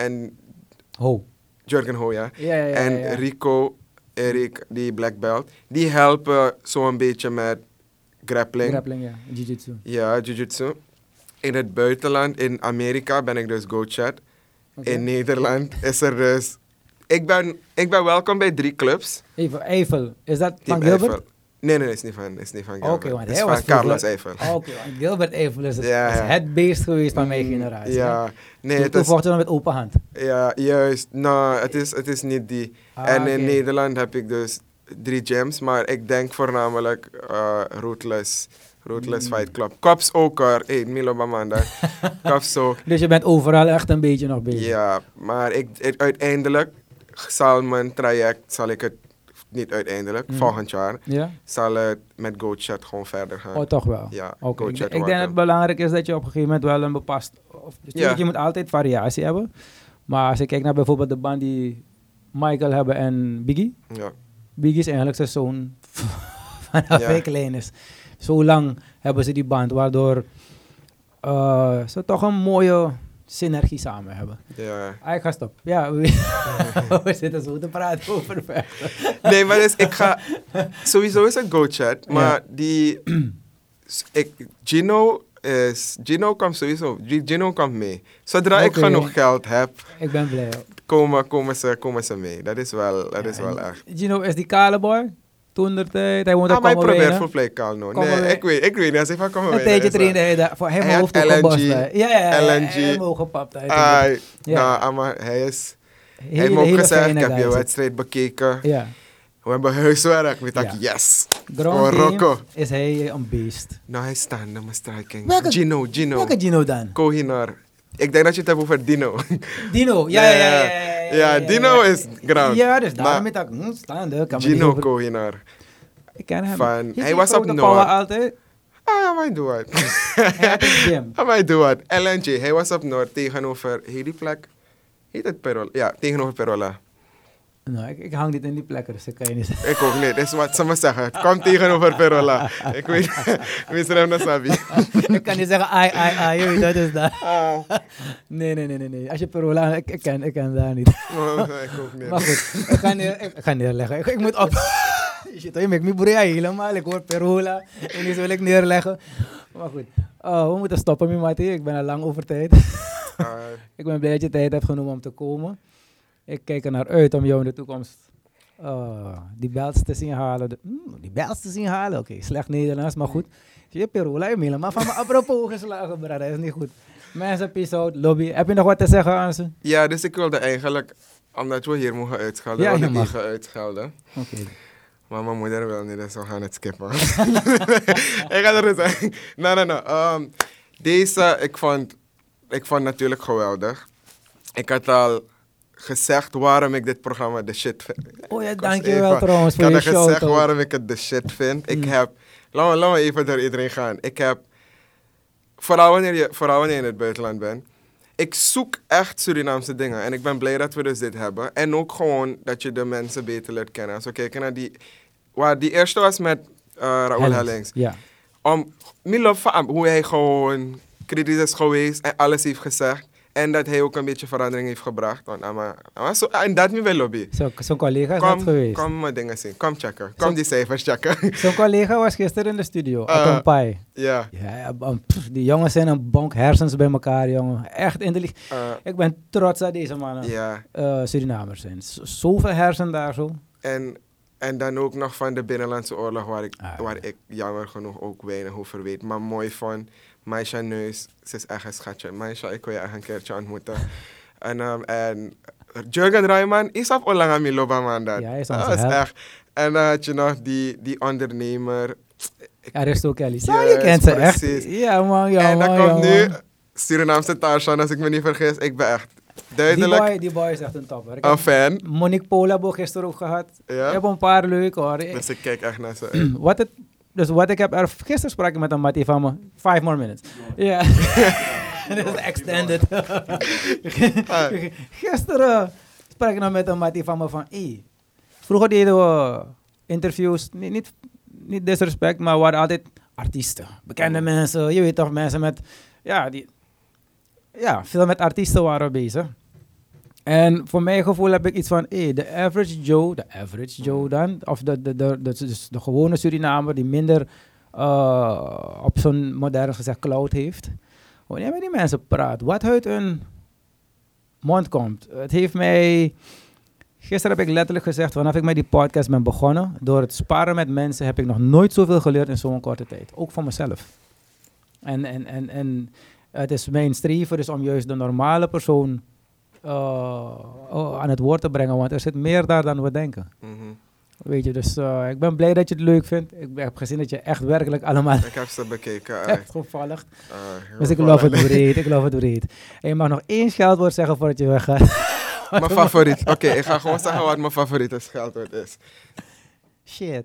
Ho, ja. En Rico, Erik, die black belt. Die helpen zo'n beetje met grappling. Grappling, ja. Jiu-jitsu. Ja, jiu-jitsu. In het buitenland, in Amerika, ben ik dus GoChat. Okay. In Nederland is er dus... Ik ben welkom bij 3 clubs. Eiffel, is dat van Gilbert? Eiffel. Nee, is niet van Gilbert. Oké, want het is van Carlos Eiffel. Oké, want Gilbert Eiffel is het beest geweest van mijn generatie. Ja. Nee, toen vochten we met open hand. Ja, juist. Nou, het is niet die. En in Nederland heb ik dus 3 gyms, maar ik denk voornamelijk Ruthless Fight Club. Cops ook hoor. Milo Bamanda. Cops ook. Dus je bent overal echt een beetje nog bezig. Ja, maar uiteindelijk zal mijn traject, niet uiteindelijk, volgend jaar, zal het met GoChat gewoon verder gaan. Oh, toch wel? Ja, okay. Ik denk dat het belangrijk is dat je op een gegeven moment wel een bepaald... Je moet altijd variatie hebben. Maar als je kijkt naar bijvoorbeeld de band die Michael hebben en Biggie. Ja. Biggie is eigenlijk zijn zoon vanaf hij klein is. Zo lang hebben ze die band, waardoor ze toch een mooie synergie samen hebben. Ja. Ik ga stop. Ja, we zitten zo te praten over vechten. Nee, maar dus ik ga... Sowieso is het GoChat, maar Gino komt sowieso. Gino komt mee. Zodra ik genoeg geld heb... Ik ben blij. Komen ze mee. Dat is wel echt. Gino is die kale boy? Toen de tijd. Hij woont op maar ik probeer full play kaal nu. Nee, ik weet niet als ik van komen een tijdje trainde hij daar. Voor hem hoofd ook gebost. Ja, LNG. Hem ook gepapt. Hij is... Hij heeft ook gezegd, ik heb je wedstrijd bekeken. Ja. We hebben huiswerk. We dachten, yes. Ground is hij een beest. Nou, hij staat naar mijn striking. Gino. Welke Gino dan? Kohinar. Ik denk dat je het hebt over Dino. Dino, ja. Dino is ground. Ja, dus daarom met dat staande. Gino Kohinar. Ik ken hem. Hij was op Noord. Altijd. Hij might do it. Hij might do it. LNG, hij was op Noord tegenover, die plek? Heet het Perola? Ja, tegenover Perola. Nou, ik hang niet in die plekken, dus dat kan je niet zeggen. Ik ook niet, dat is wat ze me zeggen. Het komt tegenover Perola. Ik weet hem dat sabi. Ik kan niet zeggen, ai, je weet dat is dat. Nee. Als je Perola, ik ken daar niet. Ik ook niet. Maar goed, ik ga neerleggen. Ik moet op... Shit, je maakt me boeien helemaal. Ik hoor Perola en nu wil ik neerleggen. Maar goed, we moeten stoppen, Mati. Ik ben al lang over tijd. Ik ben blij dat je tijd hebt genomen om te komen. Ik kijk er naar uit om jou in de toekomst die belts te zien halen. Oké, slecht Nederlands, maar goed. Je hebt Perola helemaal van me apropos geslagen, bro. Dat is niet goed. Mensen, peace out, lobby. Heb je nog wat te zeggen aan ze? Ja, dus ik wilde eigenlijk, omdat we hier mogen uitschelden, Ja, wilde je ik mag. even uitschelden. Oké. Maar mijn moeder wil niet, dus we gaan het skippen. Ik ga er zeggen. Nee. Deze, ik vond natuurlijk geweldig. Ik had al gezegd waarom ik dit programma de shit vind. Oh ja, Ik was dankjewel even- trouwens Ik voor had je al show. gezegd toch? waarom ik het de shit vind. Ik heb, laat me even door iedereen gaan. Ik heb, vooral wanneer je in het buitenland bent, ik zoek echt Surinaamse dingen. En ik ben blij dat we dus dit hebben. En ook gewoon dat je de mensen beter leert kennen. Als we kijken naar die eerste was met Raoul Hellings. Ja. Hoe hij gewoon kritisch is geweest en alles heeft gezegd. En dat hij ook een beetje verandering heeft gebracht. En dat nu wel lobby. Zo'n collega is dat geweest. Kom mijn dingen zien. Kom checken. Kom die cijfers checken. Zo'n collega was gisteren in de studio. Atom Pai. Ja. Ja, die jongens zijn een bonk hersens bij elkaar, jongen. Echt intelligent. Ik ben trots dat deze mannen Ja. Surinamers zijn. Zoveel hersen daar zo. En dan ook nog van de Binnenlandse Oorlog, waar ja. ik jammer genoeg ook weinig over weet. Maar mooi van Maisha Neus, ze is echt een schatje. Maisha, ik wil je echt een keertje ontmoeten. En Jurgen Rijman is op Olanga Loba man dat. Ja, hij is Dat onze is held. echt. En dan had je nog die ondernemer. Aristo Kelly. Je Juist, kent ze precies. echt. Ja man, ja En man. dan komt ja, nu man. Surinaamse Tarzan, als ik me niet vergis. Ik ben echt duidelijk Die boy is echt een topper. Ik een heb fan. Monique Pola heb ik gisteren ook gehad. Ja? Ik heb een paar leuke hoor. Dus ik kijk echt naar ze uit. Wat ik heb gisteren sprak ik met een mattie van me. 5 more minutes. Ja. Dit is extended. Gisteren sprak ik nog met een mattie van me van... vroeger deden we interviews, niet disrespect, maar we waren altijd artiesten. Bekende mensen, je weet toch, mensen met... veel met artiesten waren we bezig. En voor mijn gevoel heb ik iets van, de average Joe dan, of de gewone Surinamer die minder op zo'n modern gezegd cloud heeft. Wanneer je met die mensen praat, wat uit hun mond komt. Het heeft mij, gisteren heb ik letterlijk gezegd, vanaf ik met die podcast ben begonnen, door het sparren met mensen heb ik nog nooit zoveel geleerd in zo'n korte tijd. Ook van mezelf. En het is mijn streven dus om juist de normale persoon aan het woord te brengen, want er zit meer daar dan we denken. Mhm. Weet je, dus ik ben blij dat je het leuk vindt. Ik heb gezien dat je echt werkelijk allemaal Ik heb ze bekeken. hebt gevolgd. Heel Dus ik love het breed. En je mag nog 1 scheldwoord zeggen voordat je weggaat. Mijn favoriet. Oké, ik ga gewoon zeggen wat mijn favoriete scheldwoord is. Shit.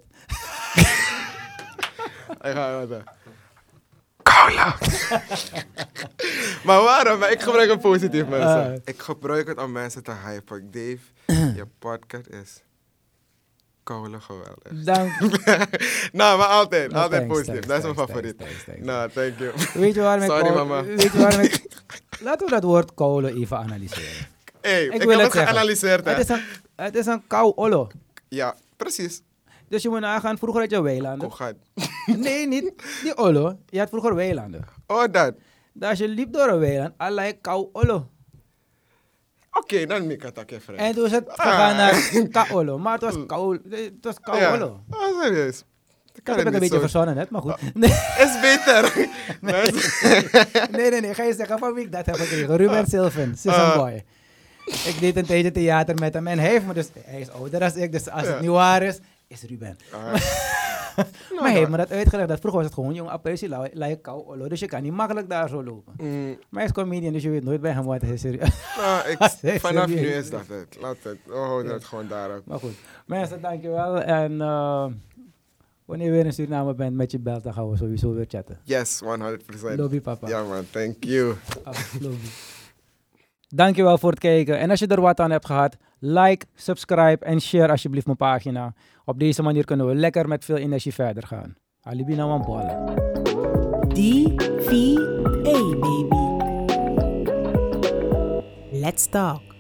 Ik ga wat zeggen. Cola. Maar waarom? Maar ik gebruik het positief, mensen. Ik gebruik het om mensen te hypen. Dave, je podcast is cola geweldig. Dank. Nou, maar altijd No, positief. thanks, Dat is mijn thanks, favoriet. thanks. Nou, thank you. Weet je waarom ik Sorry, kolen- mama. Weet je waarom ik... Laten we dat woord kolen even analyseren. Hey, ik wil heb het het zeggen. geanalyseerd. Hè? Het is een kou ollo. Ja, precies. Dus je moet nagaan, vroeger had je weilanden. Oh, gaat. Nee, niet die ollo. Je had vroeger weilanden. Oh, dat. Dus als je liep door een weiland, allerlei kou ollo. Oké, dan moet ik het ook even. En toen is het gegaan naar kaolo. Maar het was kou Ja. ollo. Oh, serieus. Dat heb ik een beetje verzonnen net, maar goed. Is beter. Nee. Ga je zeggen van wie ik dat heb gekregen? Ruben Silven, Susan Boy. Ik deed een tijdje theater met hem en hij is ouder dan ik, dus als het niet waar is Ruben. Maar hij heeft me dat uitgelegd, dat vroeger was het gewoon, jongen, apres je kou ollo, dus je kan niet makkelijk daar zo lopen. Maar hij is comedian, dus je weet nooit bij hem wat hij is serieus. Nou, vanaf nu is dat het. Laat het. We houden het gewoon daarop. Maar goed, mensen, dankjewel. En wanneer je weer in Suriname bent met je belt, dan gaan we sowieso weer chatten. Yes, 100%. Lobby, papa. Ja man, thank you. Lobby. Dankjewel voor het kijken. En als je er wat aan hebt gehad, like, subscribe en share alsjeblieft mijn pagina. Op deze manier kunnen we lekker met veel energie verder gaan. Alibi na man ballen. DVA, baby. Let's talk.